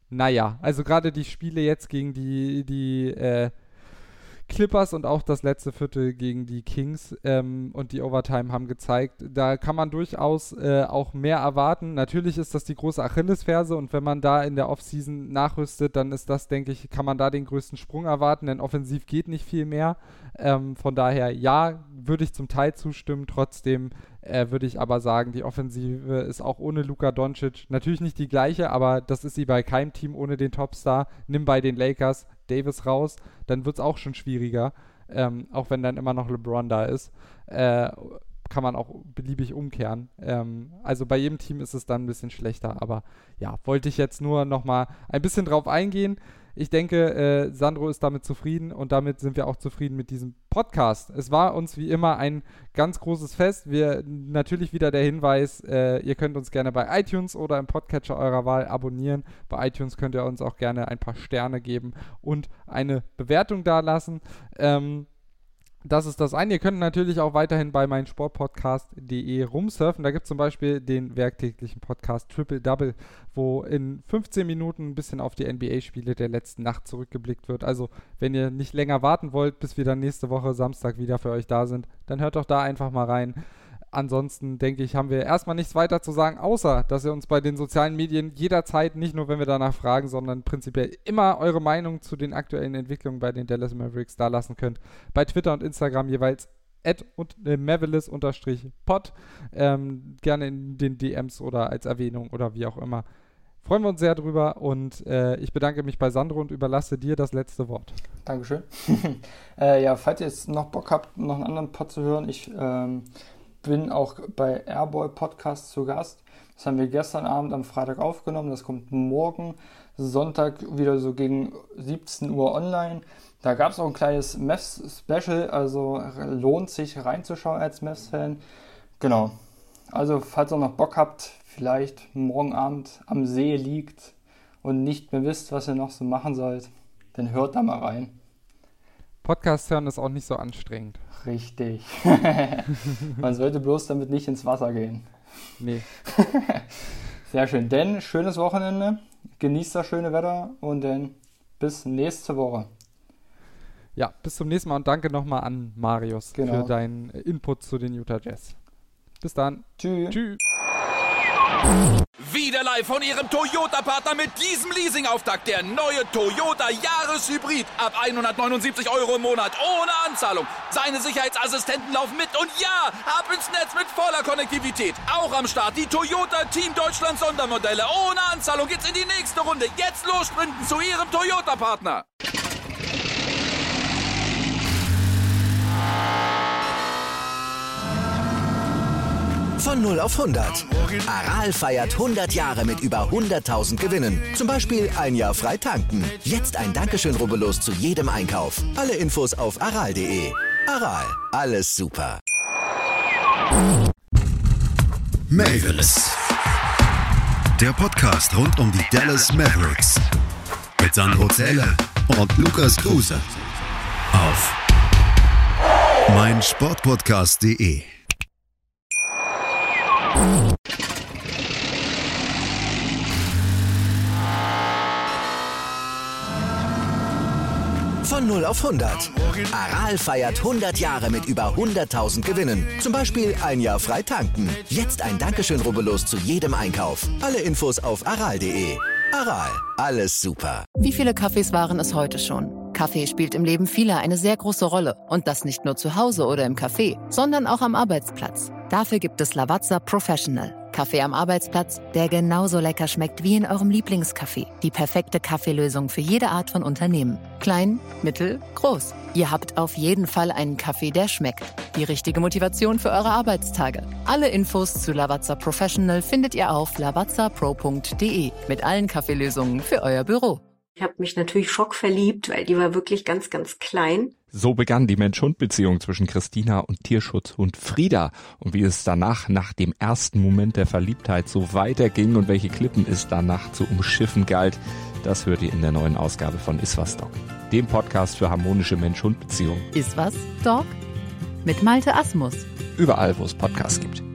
naja, also gerade die Spiele jetzt gegen die Clippers und auch das letzte Viertel gegen die Kings und die Overtime haben gezeigt, da kann man durchaus auch mehr erwarten. Natürlich ist das die große Achillesferse und wenn man da in der Offseason nachrüstet, dann ist das, denke ich, kann man da den größten Sprung erwarten, denn offensiv geht nicht viel mehr. Von daher, ja, würde ich zum Teil zustimmen. Trotzdem würde ich aber sagen, die Offensive ist auch ohne Luka Doncic natürlich nicht die gleiche, aber das ist sie bei keinem Team ohne den Topstar. Nimm bei den Lakers Davis raus, dann wird es auch schon schwieriger, auch wenn dann immer noch LeBron da ist. Kann man auch beliebig umkehren. Also bei jedem Team ist es dann ein bisschen schlechter, aber ja, wollte ich jetzt nur nochmal ein bisschen drauf eingehen. Ich denke, Sandro ist damit zufrieden und damit sind wir auch zufrieden mit diesem Podcast. Es war uns wie immer ein ganz großes Fest. Natürlich wieder der Hinweis, ihr könnt uns gerne bei iTunes oder im Podcatcher eurer Wahl abonnieren. Bei iTunes könnt ihr uns auch gerne ein paar Sterne geben und eine Bewertung dalassen. Das ist das eine. Ihr könnt natürlich auch weiterhin bei meinsportpodcast.de rumsurfen. Da gibt es zum Beispiel den werktäglichen Podcast Triple Double, wo in 15 Minuten ein bisschen auf die NBA-Spiele der letzten Nacht zurückgeblickt wird. Also, wenn ihr nicht länger warten wollt, bis wir dann nächste Woche Samstag wieder für euch da sind, dann hört doch da einfach mal rein. Ansonsten, denke ich, haben wir erstmal nichts weiter zu sagen, außer, dass ihr uns bei den sozialen Medien jederzeit, nicht nur wenn wir danach fragen, sondern prinzipiell immer eure Meinung zu den aktuellen Entwicklungen bei den Dallas Mavericks da lassen könnt. Bei Twitter und Instagram jeweils @Mavelis_pod, gerne in den DMs oder als Erwähnung oder wie auch immer. Freuen wir uns sehr drüber und ich bedanke mich bei Sandro und überlasse dir das letzte Wort. Dankeschön. Ja, falls ihr jetzt noch Bock habt, noch einen anderen Pod zu hören, ich bin auch bei Airboy Podcast zu Gast. Das haben wir gestern Abend am Freitag aufgenommen. Das kommt morgen Sonntag wieder so gegen 17 Uhr online. Da gab es auch ein kleines Mavs-Special, also lohnt sich reinzuschauen als Mavs-Fan. Genau. Also falls ihr noch Bock habt, vielleicht morgen Abend am See liegt und nicht mehr wisst, was ihr noch so machen sollt, dann hört da mal rein. Podcast hören ist auch nicht so anstrengend. Richtig. Man sollte bloß damit nicht ins Wasser gehen. Nee. Sehr schön. Denn schönes Wochenende. Genießt das schöne Wetter und dann bis nächste Woche. Ja, bis zum nächsten Mal und danke nochmal an Marius für deinen Input zu den Utah Jazz. Bis dann. Tschüss. Tschüss. Wieder live von Ihrem Toyota-Partner mit diesem Leasing-Auftakt. Der neue Toyota Jahreshybrid. Ab 179 € im Monat. Ohne Anzahlung. Seine Sicherheitsassistenten laufen mit. Und ja, ab ins Netz mit voller Konnektivität. Auch am Start die Toyota Team Deutschland Sondermodelle. Ohne Anzahlung geht's in die nächste Runde. Jetzt los sprinten zu Ihrem Toyota-Partner. Von 0 auf 100. Aral feiert 100 Jahre mit über 100.000 Gewinnen. Zum Beispiel ein Jahr frei tanken. Jetzt ein Dankeschön, rubbellos zu jedem Einkauf. Alle Infos auf aral.de. Aral, alles super. Mavericks. Der Podcast rund um die Dallas Mavericks. Mit Sandro Zähler und Lukas Kruse. Auf meinsportpodcast.de. Von 0 auf 100. Aral feiert 100 Jahre mit über 100.000 Gewinnen. Zum Beispiel ein Jahr frei tanken. Jetzt ein Dankeschön, rubbellos zu jedem Einkauf. Alle Infos auf aral.de. Aral, alles super. Wie viele Kaffees waren es heute schon? Kaffee spielt im Leben vieler eine sehr große Rolle. Und das nicht nur zu Hause oder im Café, sondern auch am Arbeitsplatz. Dafür gibt es Lavazza Professional. Kaffee am Arbeitsplatz, der genauso lecker schmeckt wie in eurem Lieblingscafé. Die perfekte Kaffeelösung für jede Art von Unternehmen. Klein, mittel, groß. Ihr habt auf jeden Fall einen Kaffee, der schmeckt. Die richtige Motivation für eure Arbeitstage. Alle Infos zu Lavazza Professional findet ihr auf lavazzapro.de. Mit allen Kaffeelösungen für euer Büro. Ich habe mich natürlich schockverliebt, weil die war wirklich ganz, ganz klein. So begann die Mensch-Hund-Beziehung zwischen Christina und Tierschutzhund Frieda. Und wie es danach, nach dem ersten Moment der Verliebtheit, so weiterging und welche Klippen es danach zu umschiffen galt, das hört ihr in der neuen Ausgabe von Iswas Dog, dem Podcast für harmonische Mensch-Hund-Beziehungen. Iswas Dog? Mit Malte Asmus. Überall, wo es Podcasts gibt.